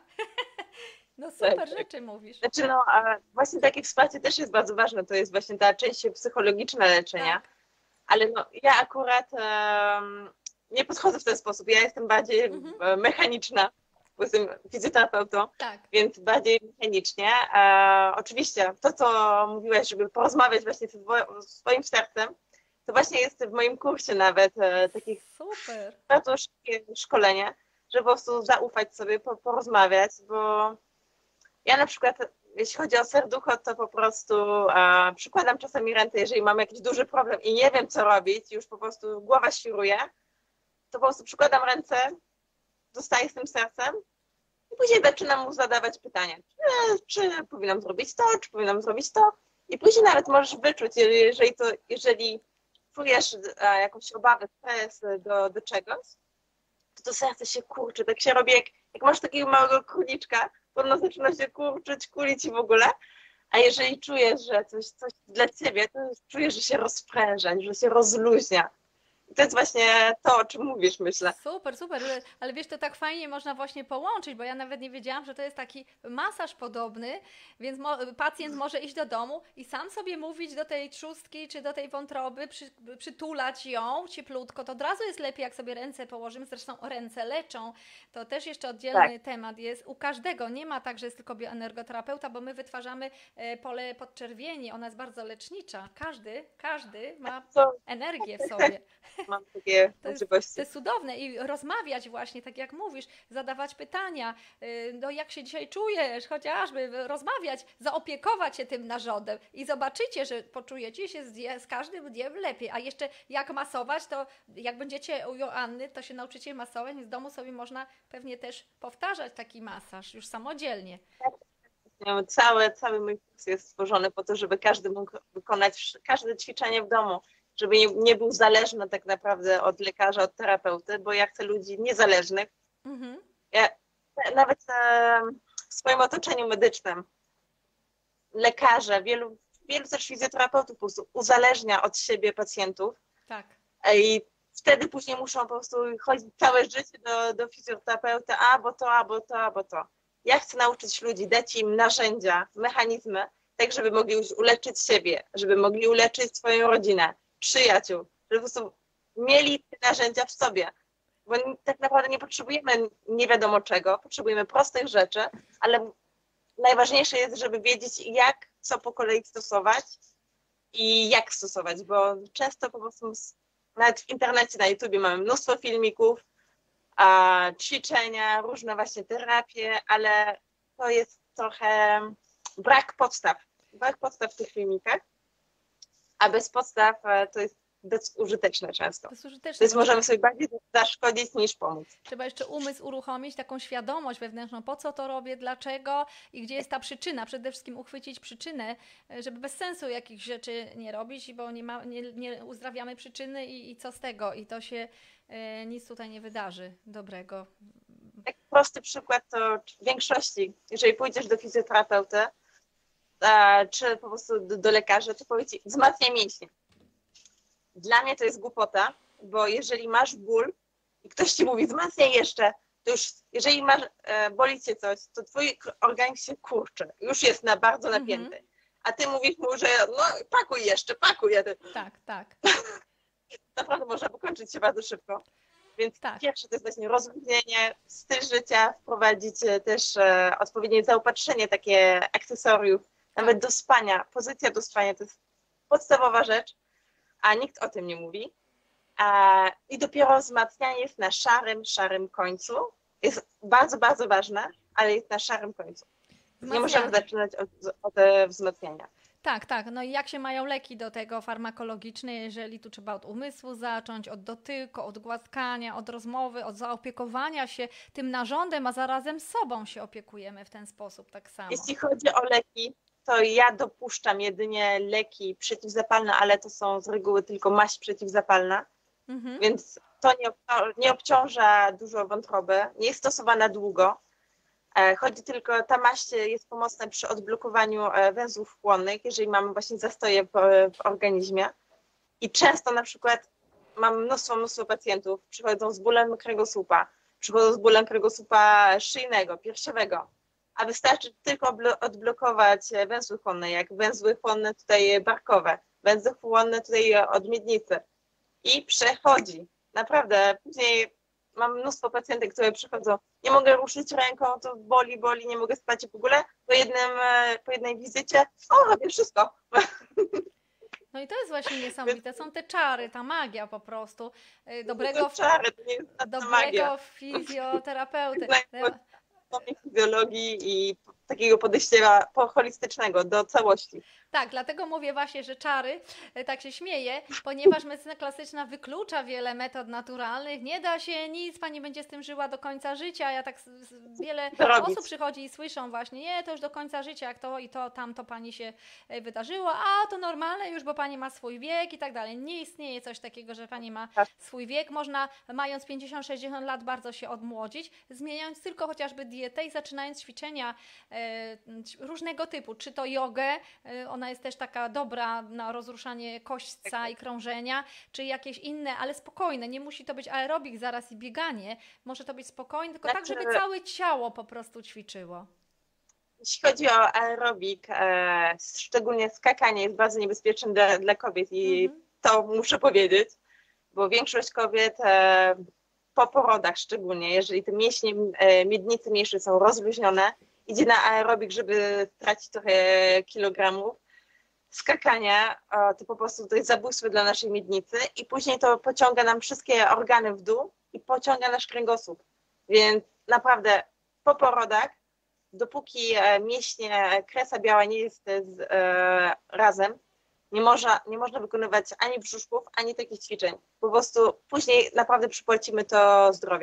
No super tak, rzeczy mówisz. Znaczy no, a właśnie takie wsparcie też jest bardzo ważne, to jest właśnie ta część psychologiczna leczenia, tak. Ale no, ja akurat um, nie podchodzę w ten sposób, ja jestem bardziej mhm. mechaniczna, bo jestem fizjoterapeutą, tak. Więc bardziej mechanicznie. E, oczywiście to, co mówiłaś, żeby porozmawiać właśnie z swoim sercem, to właśnie jest w moim kursie nawet e, takich super. Bardzo szybkie szkolenie, żeby po prostu zaufać sobie, porozmawiać, bo ja na przykład, jeśli chodzi o serducho, to po prostu e, przykładam czasami ręce, jeżeli mam jakiś duży problem i nie wiem, co robić, już po prostu głowa świruje, to po prostu przykładam ręce, zostaję z tym sercem i później zaczynam mu zadawać pytania, czy, czy powinnam zrobić to, czy powinnam zrobić to i później nawet możesz wyczuć, jeżeli, to, jeżeli czujesz e, jakąś obawę, stres do, do czegoś, to to serce się kurczy, tak się robi, jak, jak masz takiego małego króliczka, to ono zaczyna się kurczyć, kulić i w ogóle, a jeżeli czujesz, że coś, coś dla ciebie, to czujesz, że się rozpręża, że się rozluźnia. I to jest właśnie to, o czym mówisz, myślę. Super, super, ale wiesz, to tak fajnie można właśnie połączyć, bo ja nawet nie wiedziałam, że to jest taki masaż podobny, więc mo pacjent może iść do domu i sam sobie mówić do tej trzustki czy do tej wątroby, przy przytulać ją cieplutko, to od razu jest lepiej, jak sobie ręce położymy, zresztą ręce leczą, to też jeszcze oddzielny tak. temat jest u każdego, nie ma tak, że jest tylko bioenergoterapeuta, bo my wytwarzamy pole podczerwieni, ona jest bardzo lecznicza, każdy, każdy ma energię w sobie. Mam takie to jest, to jest cudowne i rozmawiać właśnie, tak jak mówisz, zadawać pytania, no jak się dzisiaj czujesz, chociażby rozmawiać, zaopiekować się tym narządem i zobaczycie, że poczujecie się z, z każdym dniem lepiej, a jeszcze jak masować, to jak będziecie u Joanny, to się nauczycie masować, więc w domu sobie można pewnie też powtarzać taki masaż już samodzielnie. Cały, cały mój kurs jest stworzony po to, żeby każdy mógł wykonać każde ćwiczenie w domu, żeby nie, nie był zależny tak naprawdę od lekarza, od terapeuty, bo ja chcę ludzi niezależnych. Mhm. Ja nawet e, w swoim otoczeniu medycznym lekarze, wielu, wielu też fizjoterapeutów po prostu uzależnia od siebie pacjentów. Tak. I wtedy później muszą po prostu chodzić całe życie do, do fizjoterapeuty, a bo to, a bo to, a bo to. Ja chcę nauczyć ludzi, dać im narzędzia, mechanizmy, tak żeby mogli już uleczyć siebie, żeby mogli uleczyć swoją rodzinę, przyjaciół, żeby po prostu mieli te narzędzia w sobie. Bo tak naprawdę nie potrzebujemy nie wiadomo czego, potrzebujemy prostych rzeczy, ale najważniejsze jest, żeby wiedzieć, jak co po kolei stosować i jak stosować, bo często po prostu nawet w internecie, na YouTubie mamy mnóstwo filmików, a, ćwiczenia, różne właśnie terapie, ale to jest trochę brak podstaw. Brak podstaw w tych filmikach, a bez podstaw to jest bezużyteczne często. Bezużyteczne, Więc możemy sobie bardziej zaszkodzić niż pomóc. Trzeba jeszcze umysł uruchomić, taką świadomość wewnętrzną, po co to robię, dlaczego i gdzie jest ta przyczyna. Przede wszystkim uchwycić przyczynę, żeby bez sensu jakichś rzeczy nie robić, bo nie, ma, nie, nie uzdrawiamy przyczyny i, i co z tego. I to się e, nic tutaj nie wydarzy dobrego. Tak prosty przykład to w większości, jeżeli pójdziesz do fizjoterapeuty, a, czy po prostu do, do lekarza, to powie ci, wzmacniaj mięśnie. Dla mnie to jest głupota, bo jeżeli masz ból i ktoś ci mówi, wzmacniaj jeszcze, to już jeżeli masz, e, boli cię coś, to twój organizm się kurczy, już jest na bardzo napięty. Mm-hmm. A ty mówisz mu, że no pakuj jeszcze, pakuj. Tak, tak. Naprawdę można pokończyć się bardzo szybko. Więc tak. Pierwsze to jest właśnie rozluźnienie, styl życia, wprowadzić też e, odpowiednie zaopatrzenie, takie akcesoriów, nawet do spania, pozycja do spania to jest podstawowa rzecz, a nikt o tym nie mówi. A, I dopiero wzmacnianie jest na szarym, szarym końcu. Jest bardzo, bardzo ważne, ale jest na szarym końcu. Nie możemy zaczynać od, od wzmacniania. Tak, tak. No i jak się mają leki do tego farmakologiczne, jeżeli tu trzeba od umysłu zacząć, od dotyku, od głaskania, od rozmowy, od zaopiekowania się tym narządem, a zarazem sobą się opiekujemy w ten sposób tak samo. Jeśli chodzi o leki, to ja dopuszczam jedynie leki przeciwzapalne, ale to są z reguły tylko maść przeciwzapalna, mhm. więc to nie, nie obciąża dużo wątroby, nie jest stosowana długo. Chodzi tylko, ta maść jest pomocna przy odblokowaniu węzłów chłonnych, jeżeli mamy właśnie zastoje w, w organizmie. I często na przykład mam mnóstwo, mnóstwo pacjentów, przychodzą z bólem kręgosłupa, przychodzą z bólem kręgosłupa szyjnego, piersiowego, a wystarczy tylko odblokować węzły chłonne, jak węzły chłonne tutaj barkowe, węzły chłonne tutaj od miednicy i przechodzi. Naprawdę, później mam mnóstwo pacjentek, które przychodzą, nie mogę ruszyć ręką, to boli, boli, nie mogę spać w ogóle. Po, jednym, po jednej wizycie, o, robię wszystko. No i to jest właśnie niesamowite, są te czary, ta magia po prostu dobrego, to czary, to nie jest dobrego magia. fizjoterapeuty. Fizjologii i takiego podejścia holistycznego do całości. Tak, dlatego mówię właśnie, że czary, tak się śmieję, ponieważ medycyna klasyczna wyklucza wiele metod naturalnych, nie da się nic, pani będzie z tym żyła do końca życia. Ja tak wiele osób przychodzi i słyszą właśnie, nie, to już do końca życia, jak to i to, tamto pani się wydarzyło, a to normalne już, bo pani ma swój wiek i tak dalej. Nie istnieje coś takiego, że pani ma swój wiek. Można, mając pięćdziesiąt sześćdziesiąt lat, bardzo się odmłodzić, zmieniając tylko chociażby dietę i zaczynając ćwiczenia e, różnego typu, czy to jogę, e, ona jest też taka dobra na rozruszanie kośćca i krążenia, czy jakieś inne, ale spokojne. Nie musi to być aerobik zaraz i bieganie. Może to być spokojne, tylko znaczy, tak, żeby całe ciało po prostu ćwiczyło. Jeśli chodzi o aerobik, e, szczególnie skakanie jest bardzo niebezpieczne dla, dla kobiet i mhm. to muszę powiedzieć, bo większość kobiet e, po porodach szczególnie, jeżeli te mięśnie e, miednicy mniejsze są rozluźnione, idzie na aerobik, żeby stracić trochę kilogramów. Skakania to po prostu to jest zabójstwo dla naszej miednicy i później to pociąga nam wszystkie organy w dół i pociąga nasz kręgosłup. Więc naprawdę po porodach, dopóki mięśnie kresa biała nie jest z, e, razem, nie można, nie można wykonywać ani brzuszków, ani takich ćwiczeń. Po prostu później naprawdę przypłacimy to zdrowiem.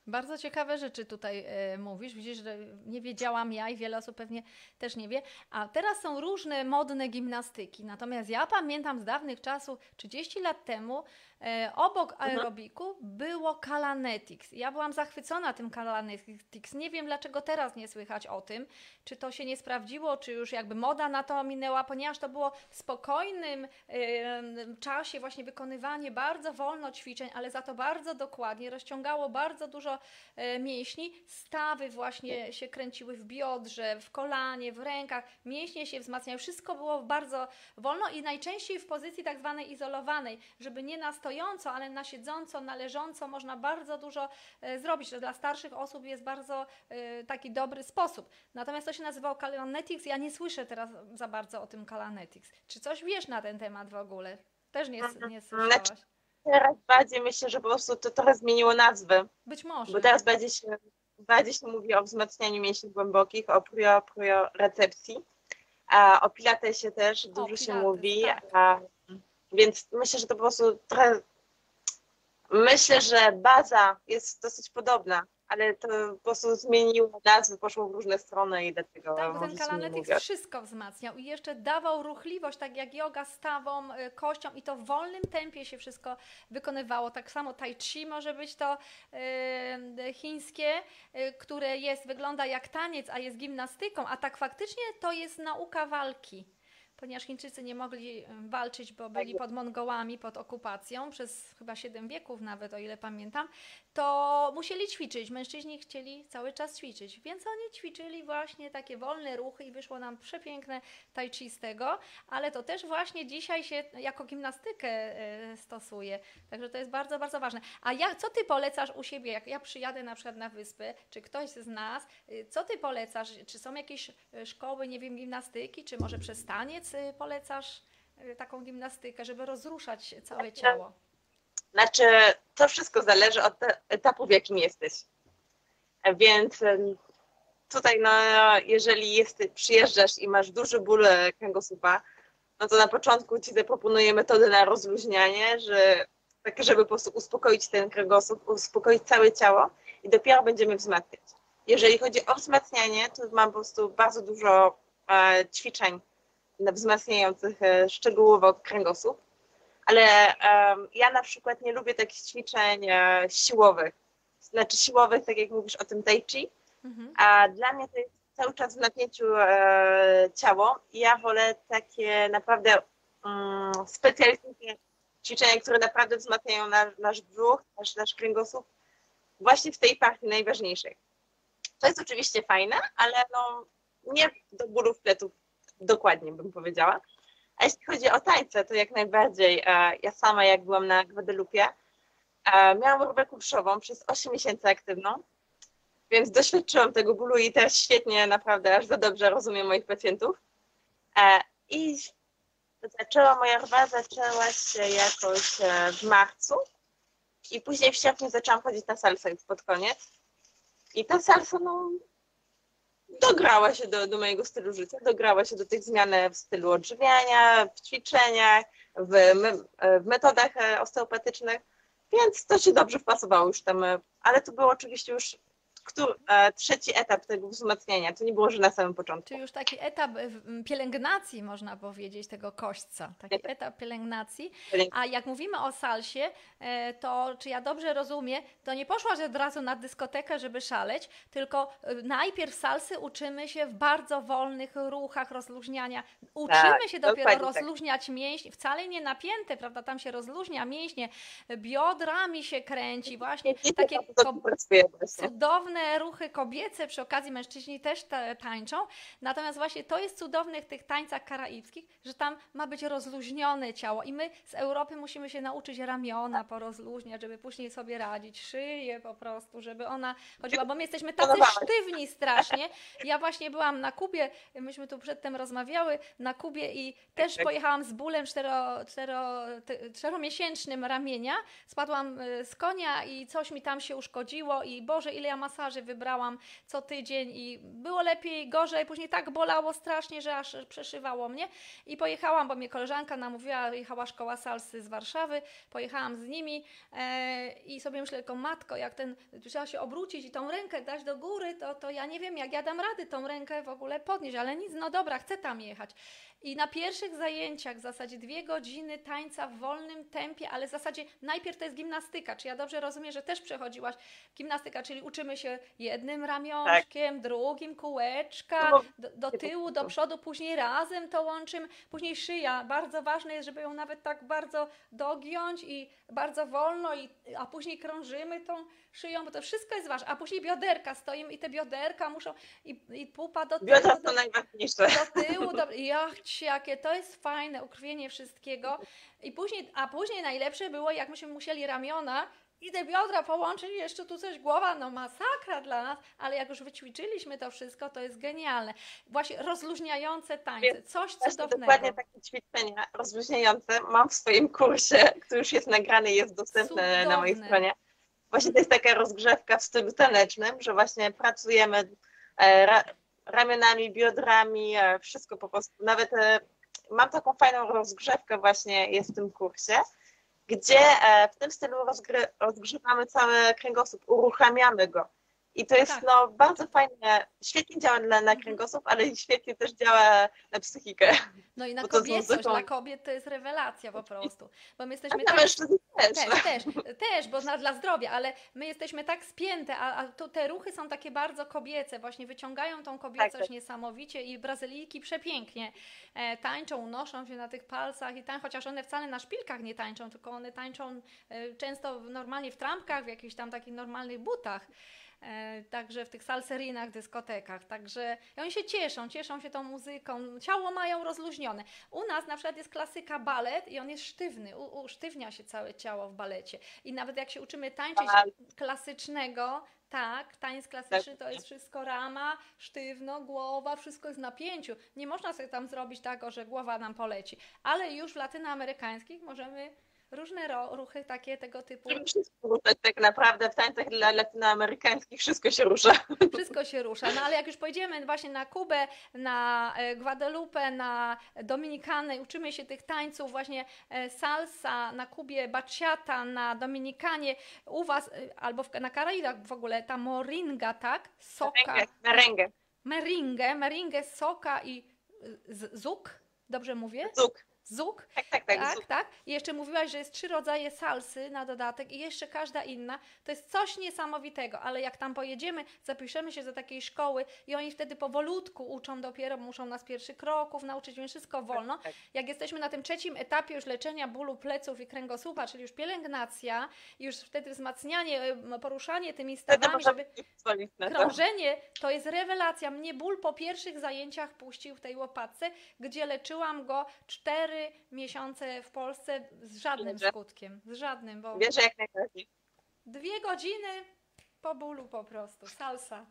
Bardzo ciekawe rzeczy tutaj e, mówisz. Widzisz, że nie wiedziałam ja i wiele osób pewnie też nie wie. A teraz są różne modne gimnastyki. Natomiast ja pamiętam z dawnych czasów, trzydzieści lat temu, e, obok aerobiku było Kalanetics. Ja byłam zachwycona tym Kalanetics. Nie wiem, dlaczego teraz nie słychać o tym. Czy to się nie sprawdziło, czy już jakby moda na to minęła, ponieważ to było w spokojnym e, czasie właśnie wykonywanie bardzo wolno ćwiczeń, ale za to bardzo dokładnie, rozciągało bardzo dużo e, mięśni, stawy właśnie się kręciły w biodrze, w kolanie, w rękach, mięśnie się wzmacniały, wszystko było bardzo wolno i najczęściej w pozycji tak zwanej izolowanej, żeby nie na stojąco, ale na siedząco, na leżąco można bardzo dużo e, zrobić. To dla starszych osób jest bardzo e, taki dobry sposób. Natomiast to się nazywało Kalanetics, ja nie słyszę teraz za bardzo o tym Kalanetics. Czy coś wiesz na ten temat w ogóle? Też nie, nie słyszałaś. Teraz bardziej myślę, że po prostu to trochę zmieniło nazwy. Być może. Bo teraz bardziej się, bardziej się mówi o wzmacnianiu mięśni głębokich, o priorecepcji, a o pilatesie też dużo pilates, się mówi. tak. A, więc myślę, że to po prostu trochę... Myślę, że baza jest dosyć podobna, ale to po prostu zmieniło nazwy, poszło w różne strony i dlatego tak, bo ten może się nie Kalanetics mówię. wszystko wzmacniał i jeszcze dawał ruchliwość, tak jak yoga stawą, y, kością i to w wolnym tempie się wszystko wykonywało. Tak samo tai chi może być to y, chińskie, y, które jest, wygląda jak taniec, a jest gimnastyką, a tak faktycznie to jest nauka walki. Ponieważ Chińczycy nie mogli walczyć, bo byli pod Mongołami, pod okupacją przez chyba siedem wieków nawet, o ile pamiętam, to musieli ćwiczyć. Mężczyźni chcieli cały czas ćwiczyć, więc oni ćwiczyli właśnie takie wolne ruchy i wyszło nam przepiękne tai chi z tego, ale to też właśnie dzisiaj się jako gimnastykę stosuje. Także to jest bardzo, bardzo ważne. A ja, co ty polecasz u siebie, jak ja przyjadę na przykład na wyspę, czy ktoś z nas, co ty polecasz? Czy są jakieś szkoły, nie wiem, gimnastyki, czy może przez taniec polecasz taką gimnastykę, żeby rozruszać całe ciało? Znaczy, to wszystko zależy od etapu, w jakim jesteś. Więc tutaj, no, jeżeli jest, przyjeżdżasz i masz duży ból kręgosłupa, no to na początku Ci zaproponuję metodę na rozluźnianie, że, tak, żeby po prostu uspokoić ten kręgosłup, uspokoić całe ciało i dopiero będziemy wzmacniać. Jeżeli chodzi o wzmacnianie, to mam po prostu bardzo dużo e, ćwiczeń wzmacniających e, szczegółowo kręgosłup, ale e, ja na przykład nie lubię takich ćwiczeń e, siłowych, znaczy siłowych, tak jak mówisz o tym tai chi, mhm. a dla mnie to jest cały czas w napięciu e, ciało i ja wolę takie naprawdę um, specjalistyczne ćwiczenia, które naprawdę wzmacniają nasz, nasz brzuch, nasz, nasz kręgosłup właśnie w tej partii najważniejszej. To jest oczywiście fajne, ale no nie do bólów pleców dokładnie bym powiedziała. A jeśli chodzi o tańce, to jak najbardziej e, ja sama jak byłam na Gwadelupie, e, miałam chorobę kurszową przez osiem miesięcy aktywną, więc doświadczyłam tego bólu i teraz świetnie, naprawdę aż za dobrze rozumiem moich pacjentów. E, I zaczęła, moja choroba zaczęła się jakoś e, w marcu i później w sierpniu zaczęłam chodzić na salsę już pod koniec. I ta salsa, no, dograła się do, do mojego stylu życia, dograła się do tych zmian w stylu odżywiania, w ćwiczeniach, w, w metodach osteopatycznych, więc to się dobrze wpasowało już tam, ale to był oczywiście już który, trzeci etap tego wzmacniania, to nie było, że na samym początku. Czyli już taki etap pielęgnacji, można powiedzieć, tego kośćca, taki etap, etap pielęgnacji, a jak mówimy o salsie, to czy ja dobrze rozumiem, to nie poszłaś od razu na dyskotekę, żeby szaleć, tylko najpierw salsy uczymy się w bardzo wolnych ruchach rozluźniania, uczymy tak, się dopiero rozluźniać tak. mięśnie, wcale nie napięte, prawda, tam się rozluźnia mięśnie, biodrami się kręci, właśnie takie cudowne ruchy kobiece, przy okazji mężczyźni też te, tańczą, natomiast właśnie to jest cudowne w tych tańcach karaibskich, że tam ma być rozluźnione ciało i my z Europy musimy się nauczyć ramiona porozluźniać, żeby później sobie radzić, szyję po prostu, żeby ona chodziła, bo my jesteśmy tacy sztywni strasznie. Ja właśnie byłam na Kubie, myśmy tu przedtem rozmawiały, na Kubie i też pojechałam z bólem cztero, cztero, czteromiesięcznym ramienia, spadłam z konia i coś mi tam się uszkodziło i Boże, ile ja masażu masaży wybrałam co tydzień i było lepiej, gorzej, później tak bolało strasznie, że aż przeszywało mnie i pojechałam, bo mnie koleżanka namówiła, jechała szkoła salsy z Warszawy, pojechałam z nimi e, i sobie myślę, tylko matko, jak ten, trzeba się obrócić i tą rękę dać do góry, to, to ja nie wiem, jak ja dam rady tą rękę w ogóle podnieść, ale nic, no dobra, chcę tam jechać. I na pierwszych zajęciach w zasadzie dwie godziny tańca w wolnym tempie, ale w zasadzie najpierw to jest gimnastyka. Czy ja dobrze rozumiem, że też przechodziłaś gimnastyka, czyli uczymy się jednym ramionczkiem, tak. drugim kółeczka, No, do, do tyłu, do przodu, później razem to łączymy, później szyja. Bardzo ważne jest, żeby ją nawet tak bardzo dogiąć i bardzo wolno, i, a później krążymy tą szyją, bo to wszystko jest ważne. A później bioderka stoimy i te bioderka muszą i, i pupa do tyłu. Biodra to najważniejsze. Do tyłu, do, jach, jakie to jest fajne, ukrwienie wszystkiego. I później, a później najlepsze było, jak myśmy musieli ramiona i te biodra połączyć, jeszcze tu coś głowa, no masakra dla nas, ale jak już wyćwiczyliśmy to wszystko, to jest genialne. Właśnie rozluźniające tańce, coś cudownego. Dokładnie takie ćwiczenia rozluźniające mam w swoim kursie, który już jest nagrany i jest dostępny Cudowne. na mojej stronie. Właśnie to jest taka rozgrzewka w stylu tanecznym, że właśnie pracujemy ra ramionami, biodrami, wszystko po prostu. Nawet mam taką fajną rozgrzewkę właśnie jest w tym kursie, gdzie w tym stylu rozgrzewamy cały kręgosłup, uruchamiamy go. I to jest tak. no, bardzo fajne, świetnie działa dla, na kręgosłup, ale świetnie też działa na psychikę. No i na kobiecość, dla kobiet to jest rewelacja po prostu. Bo my jesteśmy a tak... mężczyzn też. Też, też, też, bo na, dla zdrowia, ale my jesteśmy tak spięte, a, a to te ruchy są takie bardzo kobiece, właśnie wyciągają tą kobiecość tak, niesamowicie i Brazylijki przepięknie e, tańczą, unoszą się na tych palcach i tań, chociaż one wcale na szpilkach nie tańczą, tylko one tańczą e, często normalnie w trampkach, w jakichś tam takich normalnych butach. E, także w tych salserinach, dyskotekach, także i oni się cieszą, cieszą się tą muzyką, ciało mają rozluźnione. U nas na przykład jest klasyka balet i on jest sztywny, u, usztywnia się całe ciało w balecie i nawet jak się uczymy tańczyć klasycznego, tak, tańc klasyczny to jest wszystko rama, sztywno, głowa, wszystko jest w napięciu. Nie można sobie tam zrobić tego, że głowa nam poleci, ale już w latynoamerykańskich możemy różne ruchy takie tego typu. Wszystko ruszać tak naprawdę w tańcach dla latynoamerykańskich wszystko się rusza. Wszystko się rusza, no ale jak już pojedziemy właśnie na Kubę, na Guadalupe, na Dominikanę i uczymy się tych tańców, właśnie salsa, na Kubie bachata, na Dominikanie, u was albo na Karaibach w ogóle ta moringa, tak? Soka. Merengue. Meringę, meringę, soka i zuk, dobrze mówię? Zuk. Zuk? Tak, tak, tak. tak, zuk. tak. I jeszcze mówiłaś, że jest trzy rodzaje salsy na dodatek i jeszcze każda inna. To jest coś niesamowitego, ale jak tam pojedziemy, zapiszemy się do takiej szkoły i oni wtedy powolutku uczą dopiero, muszą nas pierwszych kroków nauczyć, więc wszystko wolno. Tak, tak. Jak jesteśmy na tym trzecim etapie już leczenia bólu pleców i kręgosłupa, czyli już pielęgnacja i już wtedy wzmacnianie, poruszanie tymi stawami, żeby krążenie, to jest rewelacja. Mnie ból po pierwszych zajęciach puścił w tej łopatce, gdzie leczyłam go cztery miesiące w Polsce z żadnym Wierzę. skutkiem. Z żadnym, bo... Wierzę jak najbardziej. Dwie godziny po bólu po prostu. Salsa.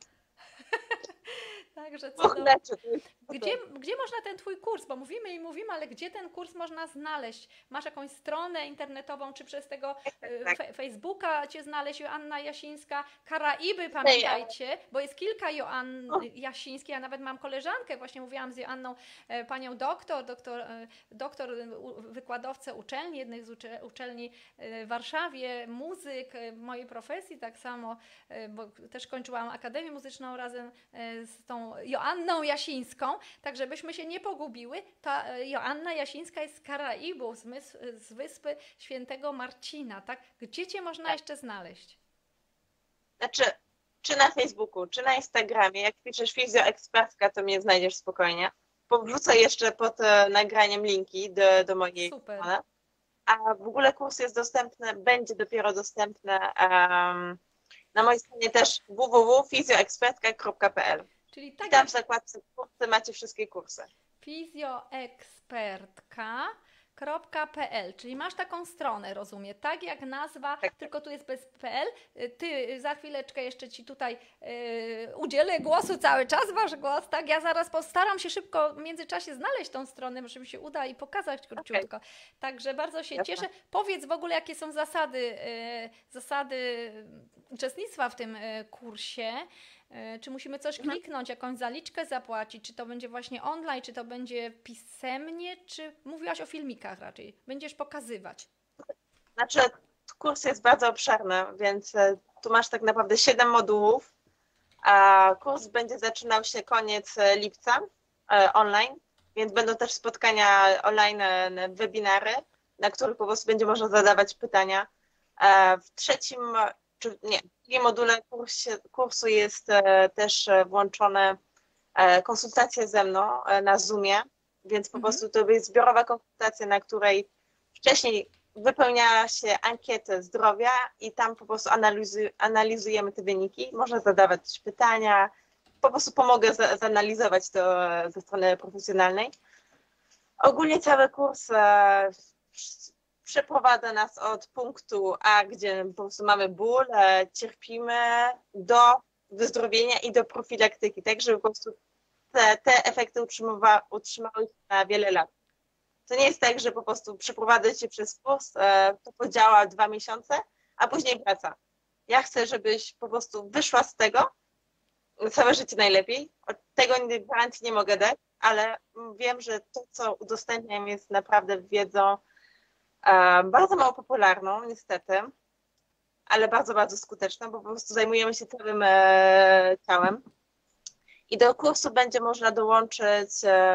Także co do... gdzie, gdzie można ten twój kurs? Bo mówimy i mówimy, ale gdzie ten kurs można znaleźć? Masz jakąś stronę internetową, czy przez tego tak, tak. Facebooka cię znaleźć, Joanna Jasińska? Karaiby, pamiętajcie, bo jest kilka Joann Jasińskich. Ja nawet mam koleżankę, właśnie mówiłam z Joanną, panią doktor, doktor, doktor wykładowcę uczelni, jednych z uczelni w Warszawie, muzyk w mojej profesji tak samo, bo też kończyłam Akademię Muzyczną razem z tą Joanną Jasińską, tak żebyśmy się nie pogubiły. Ta Joanna Jasińska jest z Karaibów, z, mys- z wyspy Świętego Marcina, tak? Gdzie cię można tak. jeszcze znaleźć? Znaczy, czy na Facebooku, czy na Instagramie, jak piszesz fizjoekspertka, to mnie znajdziesz spokojnie. Powrzucę jeszcze pod nagraniem linki do, do mojej strony. A w ogóle kurs jest dostępny, będzie dopiero dostępny um, na mojej stronie też w w w kropka fizjoekspertka kropka p l. Czyli tak. I tam w zakładce kursy macie wszystkie kursy. fizjoekspertka .pl, czyli masz taką stronę, rozumiem, tak jak nazwa, Tak. tylko tu jest bez .pl. Ty za chwileczkę jeszcze Ci tutaj yy, udzielę głosu, cały czas Wasz głos, tak? Ja zaraz postaram się szybko w międzyczasie znaleźć tą stronę, może mi się uda i pokazać króciutko. Okay. Także bardzo się Jasne. cieszę. Powiedz w ogóle, jakie są zasady, yy, zasady uczestnictwa w tym yy, kursie. Czy musimy coś kliknąć, jakąś zaliczkę zapłacić, czy to będzie właśnie online, czy to będzie pisemnie, czy mówiłaś o filmikach raczej? Będziesz pokazywać? Znaczy, kurs jest bardzo obszerny, więc tu masz tak naprawdę siedem modułów, a kurs będzie zaczynał się koniec lipca online, więc będą też spotkania online, webinary, na których po prostu będzie można zadawać pytania. W trzecim Czy nie, w drugim module kursie, kursu jest e, też włączone e, konsultacja ze mną e, na Zoomie, więc po mm-hmm. prostu to jest zbiorowa konsultacja, na której wcześniej wypełnia się ankietę zdrowia i tam po prostu analizu, analizujemy te wyniki. Można zadawać pytania, po prostu pomogę za, zanalizować to ze strony profesjonalnej. Ogólnie cały kurs e, przeprowadza nas od punktu A, gdzie po prostu mamy ból, cierpimy, do wyzdrowienia i do profilaktyki, tak żeby po prostu te, te efekty utrzymywa, utrzymały się na wiele lat. To nie jest tak, że po prostu przeprowadzę cię przez kurs, to podziała dwa miesiące, a później wraca. Ja chcę, żebyś po prostu wyszła z tego całe życie najlepiej. Od tego gwarancji nie mogę dać, ale wiem, że to, co udostępniam, jest naprawdę wiedzą bardzo mało popularną, niestety, ale bardzo, bardzo skuteczną, bo po prostu zajmujemy się całym ciałem. I do kursu będzie można dołączyć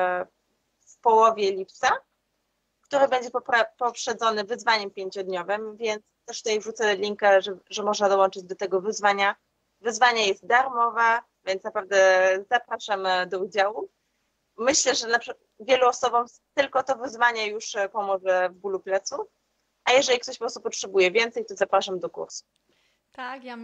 w połowie lipca, który będzie poprzedzony wyzwaniem pięciodniowym, więc też tutaj wrzucę linkę, że, że można dołączyć do tego wyzwania. Wyzwanie jest darmowe, więc naprawdę zapraszam do udziału. Myślę, że na przykład wielu osobom tylko to wyzwanie już pomoże w bólu pleców, a jeżeli ktoś po prostu potrzebuje więcej, to zapraszam do kursu. Tak, ja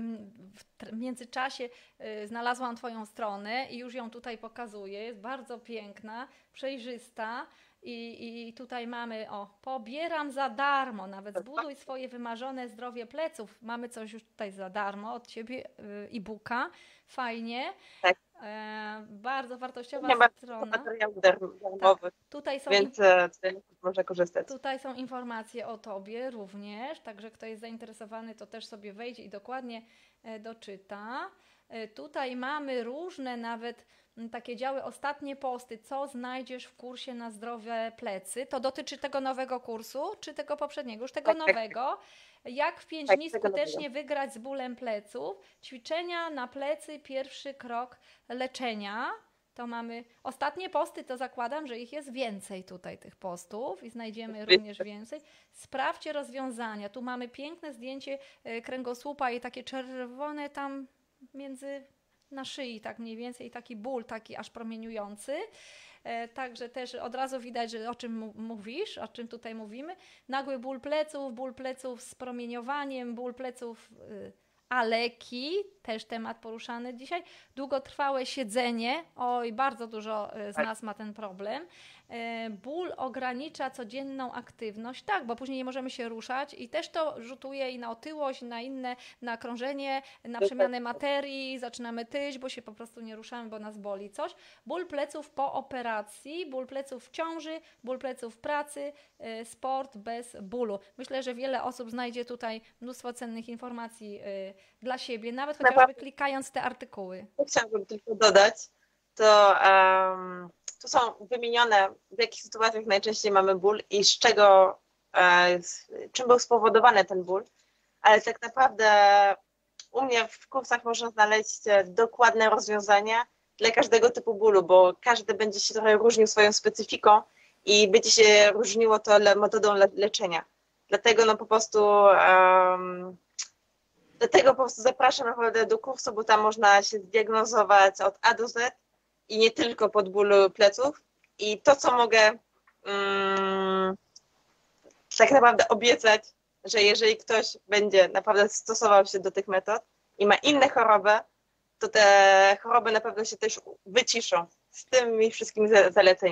w międzyczasie znalazłam Twoją stronę i już ją tutaj pokazuję. Jest bardzo piękna, przejrzysta i, i tutaj mamy, o, pobieram za darmo, nawet zbuduj swoje wymarzone zdrowie pleców. Mamy coś już tutaj za darmo od Ciebie, e-booka, fajnie. Tak. E, bardzo wartościowa nie strona. Materiałów darmowych, tak. Tutaj są więc in... można korzystać. Tutaj są informacje o Tobie również, także kto jest zainteresowany, to też sobie wejdzie i dokładnie e, doczyta. E, tutaj mamy różne nawet m, takie działy, ostatnie posty, co znajdziesz w kursie na zdrowe plecy. To dotyczy tego nowego kursu, czy tego poprzedniego? Już tego tak, nowego. Tak, tak. Jak w pięć tak, dni skutecznie wygrać z bólem pleców. Ćwiczenia na plecy, pierwszy krok leczenia. To mamy ostatnie posty, to zakładam, że ich jest więcej tutaj tych postów i znajdziemy również więcej. Sprawdźcie rozwiązania. Tu mamy piękne zdjęcie kręgosłupa i takie czerwone tam między na szyi, tak mniej więcej, taki ból taki aż promieniujący. Także też od razu widać, że o czym mówisz, o czym tutaj mówimy. Nagły ból pleców, ból pleców z promieniowaniem, ból pleców, a leki, też temat poruszany dzisiaj. Długotrwałe siedzenie, oj, bardzo dużo z nas ma ten problem. Ból ogranicza codzienną aktywność, tak, bo później nie możemy się ruszać i też to rzutuje i na otyłość, na inne, na krążenie, na przemianę materii, zaczynamy tyć, bo się po prostu nie ruszamy, bo nas boli coś. Ból pleców po operacji, ból pleców w ciąży, ból pleców w pracy, sport bez bólu. Myślę, że wiele osób znajdzie tutaj mnóstwo cennych informacji dla siebie, nawet chociażby klikając te artykuły. Chciałabym tylko dodać, to um, tu są wymienione, w jakich sytuacjach najczęściej mamy ból i z czego, e, z, czym był spowodowany ten ból, ale tak naprawdę u mnie w kursach można znaleźć dokładne rozwiązania dla każdego typu bólu, bo każdy będzie się trochę różnił swoją specyfiką i będzie się różniło to le, metodą le, leczenia. Dlatego no po prostu um, dlatego po prostu zapraszam naprawdę do kursu, bo tam można się zdiagnozować od A do Z i nie tylko pod bólu pleców. I to, co mogę um, tak naprawdę obiecać, że jeżeli ktoś będzie naprawdę stosował się do tych metod i ma inne choroby, to te choroby na pewno się też wyciszą z tymi wszystkimi zaleceniami.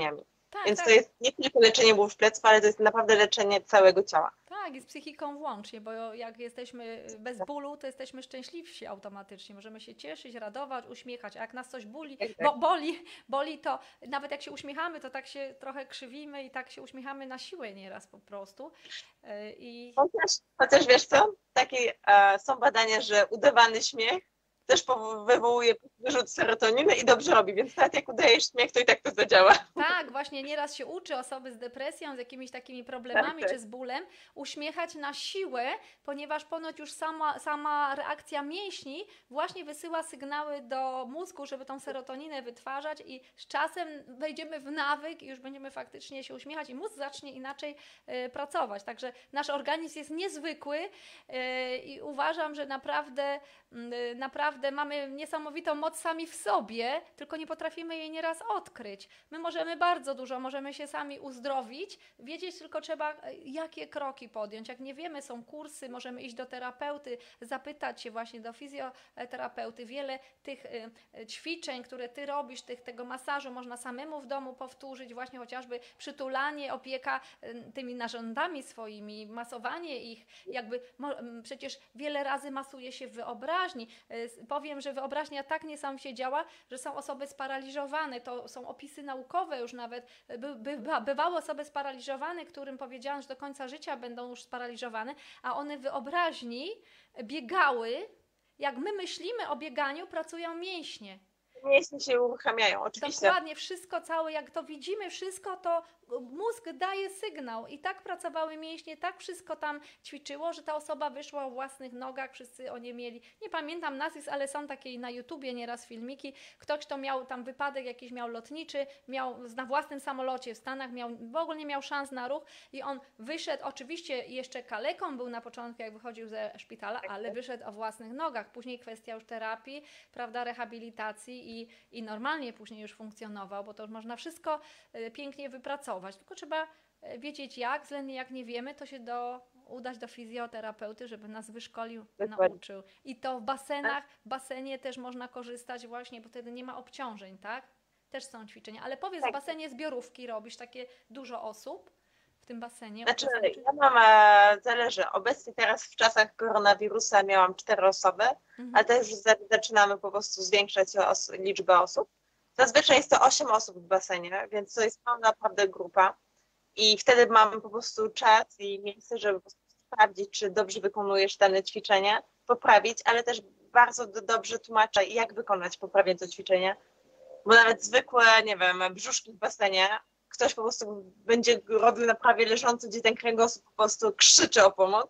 Tak, Więc to tak. jest nie tylko leczenie bólów pleców, ale to jest naprawdę leczenie całego ciała. Tak, i z psychiką włącznie, bo jak jesteśmy bez bólu, to jesteśmy szczęśliwsi automatycznie. Możemy się cieszyć, radować, uśmiechać. A jak nas coś boli, Tak, tak. bo boli, boli, to nawet jak się uśmiechamy, to tak się trochę krzywimy i tak się uśmiechamy na siłę nieraz po prostu. Yy, I Chociaż, chociaż wiesz co, takie e, są badania, że udawany śmiech też powo- wywołuje wyrzut serotoniny i dobrze robi, więc nawet jak udajesz śmiech, to i tak to zadziała. tak, właśnie nieraz się uczy osoby z depresją, z jakimiś takimi Tak, problemami tak. czy z bólem uśmiechać na siłę, ponieważ ponoć już sama, sama reakcja mięśni właśnie wysyła sygnały do mózgu, żeby tą serotoninę wytwarzać i z czasem wejdziemy w nawyk i już będziemy faktycznie się uśmiechać i mózg zacznie inaczej e, pracować. Także nasz organizm jest niezwykły e, i uważam, że naprawdę, m, naprawdę mamy niesamowitą moc sami w sobie, tylko nie potrafimy jej nieraz odkryć. My możemy bardzo dużo, możemy się sami uzdrowić, wiedzieć tylko trzeba, e, jakie kroki podjąć. Jak nie wiemy, są kursy, możemy iść do terapeuty, zapytać się właśnie do fizjoterapeuty. Wiele tych e, e, ćwiczeń, które ty robisz, tych, tego masażu można samemu w domu powtórzyć, właśnie chociażby przytulanie, opieka e, tymi narządami swoimi, masowanie ich, jakby mo- m, przecież wiele razy masuje się w wyobraźni. E, s- Powiem, że wyobraźnia tak niesamowicie działa, że są osoby sparaliżowane, to są opisy naukowe już nawet, by, by, bywały osoby sparaliżowane, którym powiedziałam, że do końca życia będą już sparaliżowane, a one w wyobraźni biegały, jak my myślimy o bieganiu, pracują mięśnie. Mięśnie się uruchamiają, oczywiście. Dokładnie, wszystko całe, jak to widzimy, wszystko to mózg daje sygnał i tak pracowały mięśnie, tak wszystko tam ćwiczyło, że ta osoba wyszła o własnych nogach, wszyscy o nie mieli, nie pamiętam nazwisk, ale są takie na YouTubie nieraz filmiki, ktoś to miał tam wypadek jakiś miał lotniczy, miał na własnym samolocie w Stanach, miał, w ogóle nie miał szans na ruch i on wyszedł, oczywiście jeszcze kaleką był na początku, jak wychodził ze szpitala, ale wyszedł o własnych nogach, później kwestia już terapii, prawda, rehabilitacji i, i normalnie później już funkcjonował, bo to już można wszystko e, pięknie wypracować. Tylko trzeba e, wiedzieć jak, względnie jak nie wiemy, to się do, udać do fizjoterapeuty, żeby nas wyszkolił, Dokładnie. nauczył. I to w basenach, w basenie też można korzystać właśnie, bo wtedy nie ma obciążeń, tak? Też są ćwiczenia. Ale powiedz, w Tak. basenie zbiorówki robisz takie dużo osób w tym basenie? Znaczy, uczestniczy? ja mam, e, zależy, obecnie teraz w czasach koronawirusa miałam cztery osoby, Mhm. ale też już za- zaczynamy po prostu zwiększać os liczbę osób. Zazwyczaj jest to osiem osób w basenie, więc to jest mała naprawdę grupa i wtedy mamy po prostu czas i miejsce, żeby po prostu sprawdzić, czy dobrze wykonujesz dane ćwiczenie, poprawić, ale też bardzo do- dobrze tłumaczę, jak wykonać poprawnie to ćwiczenie, bo nawet zwykłe, nie wiem, brzuszki w basenie, ktoś po prostu będzie robił na prawie leżący, gdzie ten kręgosłup po prostu krzyczy o pomoc,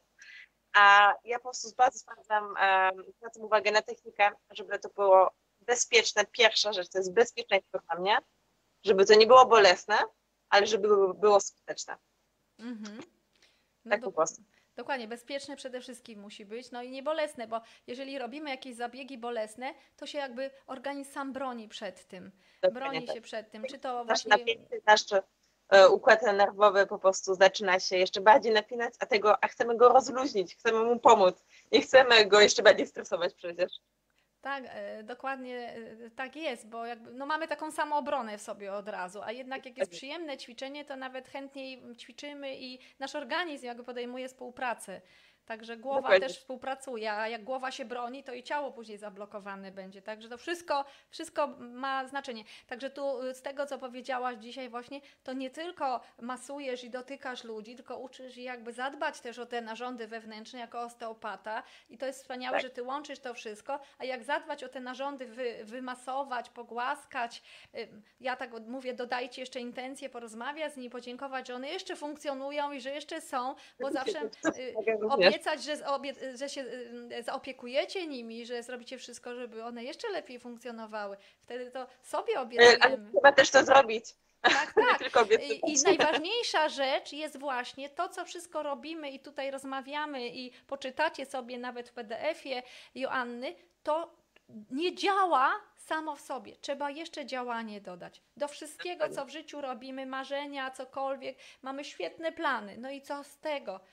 a ja po prostu bardzo sprawdzam, um, zwracam uwagę na technikę, żeby to było bezpieczne. Pierwsza rzecz to jest bezpieczeństwo dla mnie, żeby to nie było bolesne, ale żeby było skuteczne. Mhm. No Tak do, po prostu. dokładnie, bezpieczne przede wszystkim musi być, no i niebolesne, bo jeżeli robimy jakieś zabiegi bolesne, to się jakby organizm sam broni przed tym. Dokładnie Broni tak. się przed tym. Czy to Nasz właśnie... napięcie, nasz e, układ nerwowy po prostu zaczyna się jeszcze bardziej napinać, a, tego, a chcemy go rozluźnić, chcemy mu pomóc. Nie chcemy go jeszcze bardziej stresować przecież. Tak, e, dokładnie e, tak jest, bo jakby, no mamy taką samoobronę w sobie od razu, a jednak jak jest przyjemne ćwiczenie, to nawet chętniej ćwiczymy i nasz organizm jakby podejmuje współpracę. Także głowa Dokładnie. też współpracuje, a jak głowa się broni, to i ciało później zablokowane będzie. Także to wszystko, wszystko ma znaczenie. Także tu y, z tego, co powiedziałaś dzisiaj właśnie, to nie tylko masujesz i dotykasz ludzi, tylko uczysz je jakby zadbać też o te narządy wewnętrzne jako osteopata i to jest wspaniałe, Tak. że ty łączysz to wszystko, a jak zadbać o te narządy, wy, wymasować, pogłaskać, y, ja tak mówię, dodajcie jeszcze intencje, porozmawiać z nimi, podziękować, że one jeszcze funkcjonują i że jeszcze są, bo zawsze y, Tak jak również. obiecać, że, obie, że się y, zaopiekujecie nimi, że zrobicie wszystko, żeby one jeszcze lepiej funkcjonowały. Wtedy to sobie E, Ale obiecujemy. trzeba też to zrobić. Tak, Nie tak. tylko obiecywać. I, I najważniejsza rzecz jest właśnie to, co wszystko robimy i tutaj rozmawiamy i poczytacie sobie nawet w P D F-ie Joanny, to nie działa samo w sobie. Trzeba jeszcze działanie dodać. Do wszystkiego, co w życiu robimy, marzenia, cokolwiek, mamy świetne plany. No i co z tego?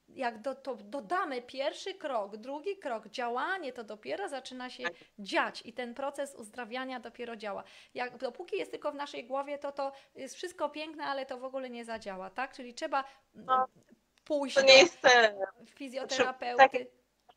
jak do, to dodamy pierwszy krok, drugi krok, działanie, to dopiero zaczyna się dziać i ten proces uzdrawiania dopiero działa. Jak, dopóki jest tylko w naszej głowie, to to jest wszystko piękne, ale to w ogóle nie zadziała, tak? Czyli trzeba No, pójść to do nie jest, e, fizjoterapeuty. tak,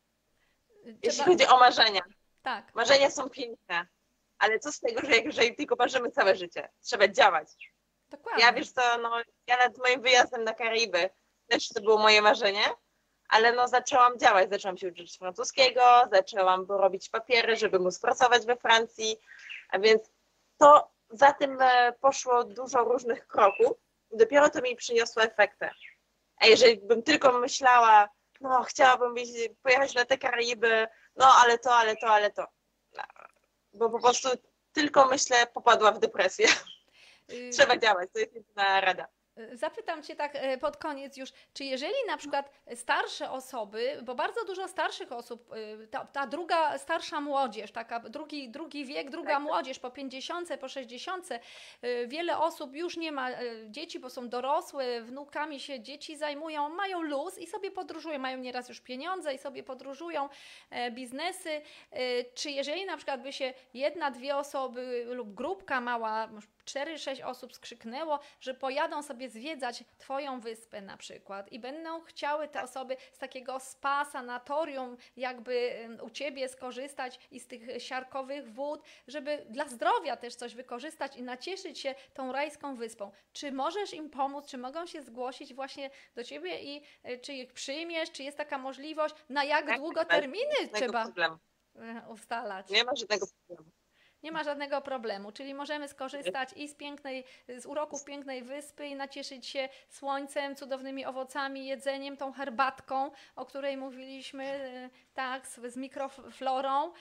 jeśli chodzi o marzenia. Tak. Marzenia są piękne, ale co z tego, że jeżeli tylko marzymy całe życie? Trzeba działać. Dokładnie. Ja wiesz co, no, ja nad moim wyjazdem na Karaiby też to było moje marzenie, ale no zaczęłam działać, zaczęłam się uczyć francuskiego, zaczęłam robić papiery, żeby móc pracować we Francji, a więc to za tym poszło dużo różnych kroków i dopiero to mi przyniosło efekty. A jeżeli bym tylko myślała, no chciałabym pojechać na te Karaiby, no ale to, ale to, ale to, no, bo po prostu tylko myślę, popadła w depresję. Trzeba działać, to jest jedyna rada. Zapytam Cię tak pod koniec już, czy jeżeli na przykład starsze osoby, bo bardzo dużo starszych osób, ta, ta druga starsza młodzież, taka drugi, drugi wiek, druga tak. młodzież po pięćdziesiątce, po sześćdziesiątce, wiele osób już nie ma dzieci, bo są dorosłe, wnukami się dzieci zajmują, mają luz i sobie podróżują, mają nieraz już pieniądze i sobie podróżują, biznesy. Czy jeżeli na przykład by się jedna, dwie osoby lub grupka mała, cztery, sześć osób skrzyknęło, że pojadą sobie zwiedzać Twoją wyspę na przykład i będą chciały te osoby z takiego spa, sanatorium jakby u Ciebie skorzystać i z tych siarkowych wód, żeby dla zdrowia też coś wykorzystać i nacieszyć się tą rajską wyspą. Czy możesz im pomóc, czy mogą się zgłosić właśnie do Ciebie i czy ich przyjmiesz, czy jest taka możliwość, na jak tak, długo terminy trzeba problemu. ustalać? Nie ma żadnego problemu. Nie ma żadnego problemu, czyli możemy skorzystać i z pięknej, z uroków pięknej wyspy i nacieszyć się słońcem, cudownymi owocami, jedzeniem, tą herbatką, o której mówiliśmy, tak, z, z mikroflorą.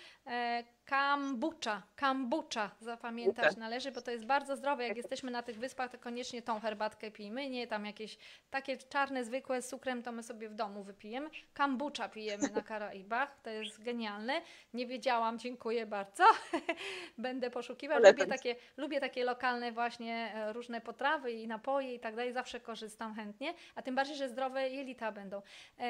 Kambucza, kambucza zapamiętać należy, bo to jest bardzo zdrowe. Jak jesteśmy na tych wyspach, to koniecznie tą herbatkę pijmy, nie tam jakieś takie czarne, zwykłe z cukrem, to my sobie w domu wypijemy. Kambucza pijemy na Karaibach, to jest genialne. Nie wiedziałam, dziękuję bardzo. Będę poszukiwać. Lubię takie, lubię takie lokalne właśnie różne potrawy i napoje i tak dalej, zawsze korzystam chętnie, a tym bardziej, że zdrowe jelita będą.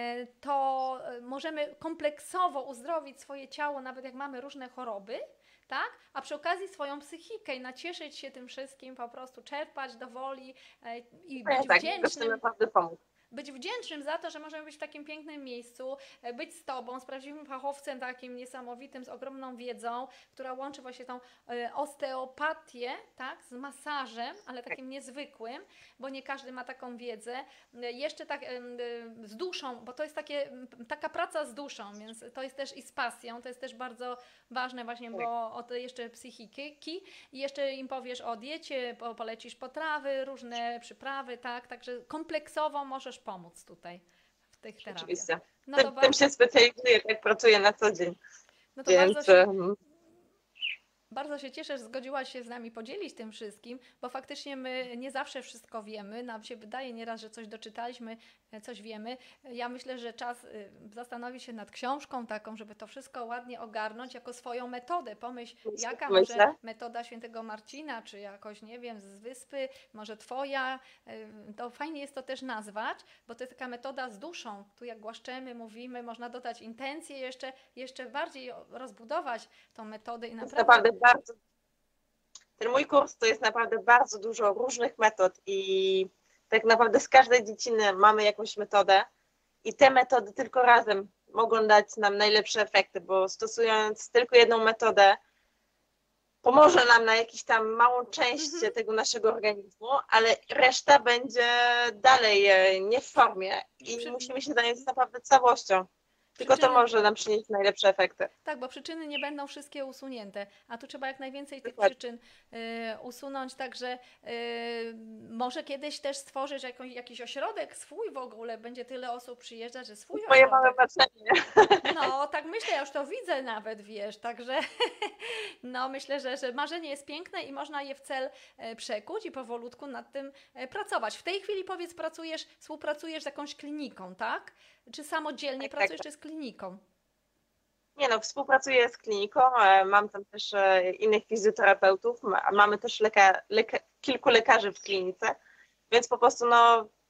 To możemy kompleksowo uzdrowić swoje ciało, nawet jak mamy różne choroby, tak? A przy okazji swoją psychikę i nacieszyć się tym wszystkim, po prostu czerpać do woli i być tak, wdzięcznym. Naprawdę pomóc. Być wdzięcznym za to, że możemy być w takim pięknym miejscu, być z Tobą, z prawdziwym fachowcem takim niesamowitym, z ogromną wiedzą, która łączy właśnie tą osteopatię, tak, z masażem, ale takim niezwykłym, bo nie każdy ma taką wiedzę. Jeszcze tak z duszą, bo to jest takie, taka praca z duszą, więc to jest też i z pasją, to jest też bardzo ważne właśnie, bo od jeszcze psychiki i jeszcze im powiesz o diecie, polecisz potrawy, różne przyprawy, tak, także kompleksowo możesz pomóc tutaj w tych terapiach. Oczywiście. No tym, to tym się specjalizuję, jak pracuję na co dzień. No to Więc... bardzo się, bardzo się cieszę, że zgodziłaś się z nami podzielić tym wszystkim, bo faktycznie my nie zawsze wszystko wiemy. Nam się wydaje nieraz, że coś doczytaliśmy, coś wiemy. Ja myślę, że czas zastanowić się nad książką taką, żeby to wszystko ładnie ogarnąć jako swoją metodę. Pomyśl, jaka Myślę. może metoda świętego Marcina, czy jakoś, nie wiem, z wyspy, może twoja. To fajnie jest to też nazwać, bo to jest taka metoda z duszą. Tu jak głaszczemy, mówimy, można dodać intencje jeszcze, jeszcze bardziej rozbudować tą metodę i naprawdę... naprawdę bardzo... Ten mój kurs to jest naprawdę bardzo dużo różnych metod i tak naprawdę z każdej dziedziny mamy jakąś metodę i te metody tylko razem mogą dać nam najlepsze efekty, bo stosując tylko jedną metodę pomoże nam na jakąś tam małą część mhm. tego naszego organizmu, ale reszta będzie dalej nie w formie i Przy... musimy się zająć naprawdę całością. Tylko Przyczyny... to może nam przynieść najlepsze efekty. Tak, bo przyczyny nie będą wszystkie usunięte, a tu trzeba jak najwięcej tych Dokładnie. przyczyn y, usunąć, także y, może kiedyś też stworzyć jakąś, jakiś ośrodek swój w ogóle, będzie tyle osób przyjeżdżać, że swój Moje ośrodek. małe marzenie. No, tak myślę, ja już to widzę nawet, wiesz, także no myślę, że, że marzenie jest piękne i można je w cel przekuć i powolutku nad tym pracować. W tej chwili powiedz, pracujesz, współpracujesz z jakąś kliniką, tak? Czy samodzielnie tak, pracujesz, tak. czy z kliniką? Nie no, współpracuję z kliniką, mam tam też innych fizjoterapeutów, mamy też leka, leka, kilku lekarzy w klinice, więc po prostu no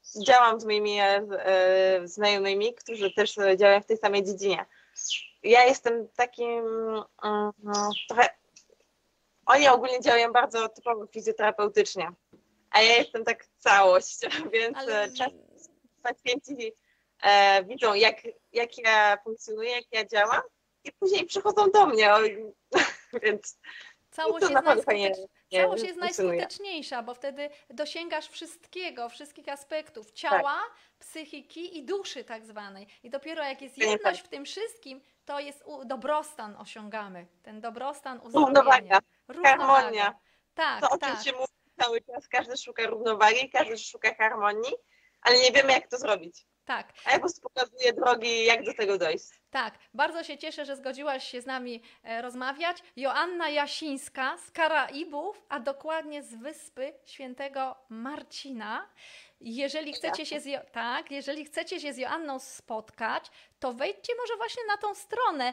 działam z moimi e, znajomymi, którzy też e, działają w tej samej dziedzinie. Ja jestem takim mm, trochę... Oni ogólnie działają bardzo typowo fizjoterapeutycznie, a ja jestem tak całość, więc Ale często pacjenci e, widzą, jak, jak ja funkcjonuję, jak ja działam i później przychodzą do mnie, o, więc całość to jest, naprawdę fajnie najskutecz... całość jest funkcjonuje. najskuteczniejsza, bo wtedy dosięgasz wszystkiego, wszystkich aspektów ciała, psychiki i duszy tak zwanej. I dopiero jak jest Dokładnie jedność tak. w tym wszystkim, to jest u... dobrostan osiągamy. Ten dobrostan, Równowaga, uzdrowienie. Równowaga. harmonia. Tak, To, o czym tak. się mówi cały czas, każdy szuka równowagi, każdy szuka harmonii, ale nie wiemy, jak to zrobić. Tak. A ja po prostu pokazuję drogi, jak do tego dojść. Tak, bardzo się cieszę, że zgodziłaś się z nami e, rozmawiać. Joanna Jasińska z Karaibów, a dokładnie z wyspy Świętego Marcina. Jeżeli chcecie się z, jo- tak, jeżeli chcecie się z Joanną spotkać, to wejdźcie może właśnie na tą stronę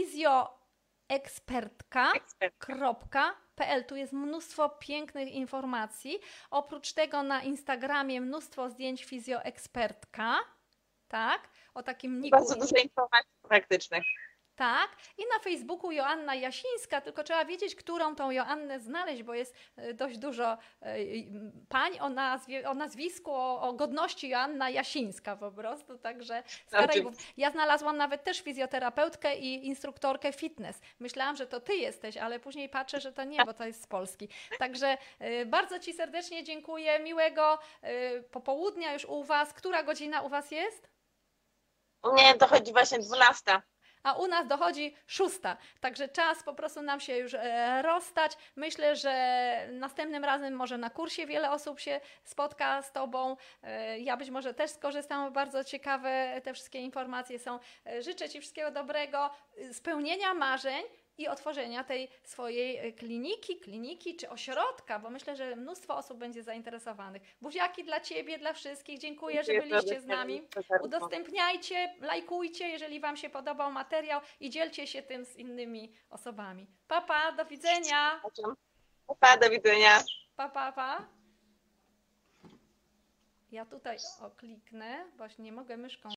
fizjoekspertka kropka p l. Tu jest mnóstwo pięknych informacji. Oprócz tego na Instagramie mnóstwo zdjęć fizjoekspertka. Tak, o takim niku. Bardzo dużo informacji praktycznych. Tak, i na Facebooku Joanna Jasińska, tylko trzeba wiedzieć, którą tą Joannę znaleźć, bo jest e, dość dużo e, pań o, nazwie, o nazwisku, o, o godności Joanna Jasińska po prostu, także z Karaibów. Ja znalazłam nawet też fizjoterapeutkę i instruktorkę fitness. Myślałam, że to ty jesteś, ale później patrzę, że to nie, bo to jest z Polski. Także e, bardzo ci serdecznie dziękuję, miłego e, popołudnia już u was. Która godzina u was jest? U mnie dochodzi właśnie dwunasta. A u nas dochodzi szósta. Także czas po prostu nam się już e, rozstać. Myślę, że następnym razem może na kursie wiele osób się spotka z Tobą. E, ja być może też skorzystam, bardzo ciekawe te wszystkie informacje są. E, życzę Ci wszystkiego dobrego, spełnienia marzeń i otworzenia tej swojej kliniki, kliniki czy ośrodka, bo myślę, że mnóstwo osób będzie zainteresowanych. Buziaki dla Ciebie, dla wszystkich. Dziękuję, że byliście z nami. Udostępniajcie, lajkujcie, jeżeli Wam się podobał materiał i dzielcie się tym z innymi osobami. Pa, pa, do widzenia. Pa, do widzenia. Pa, pa, pa. Ja tutaj o, kliknę, właśnie nie mogę myszką.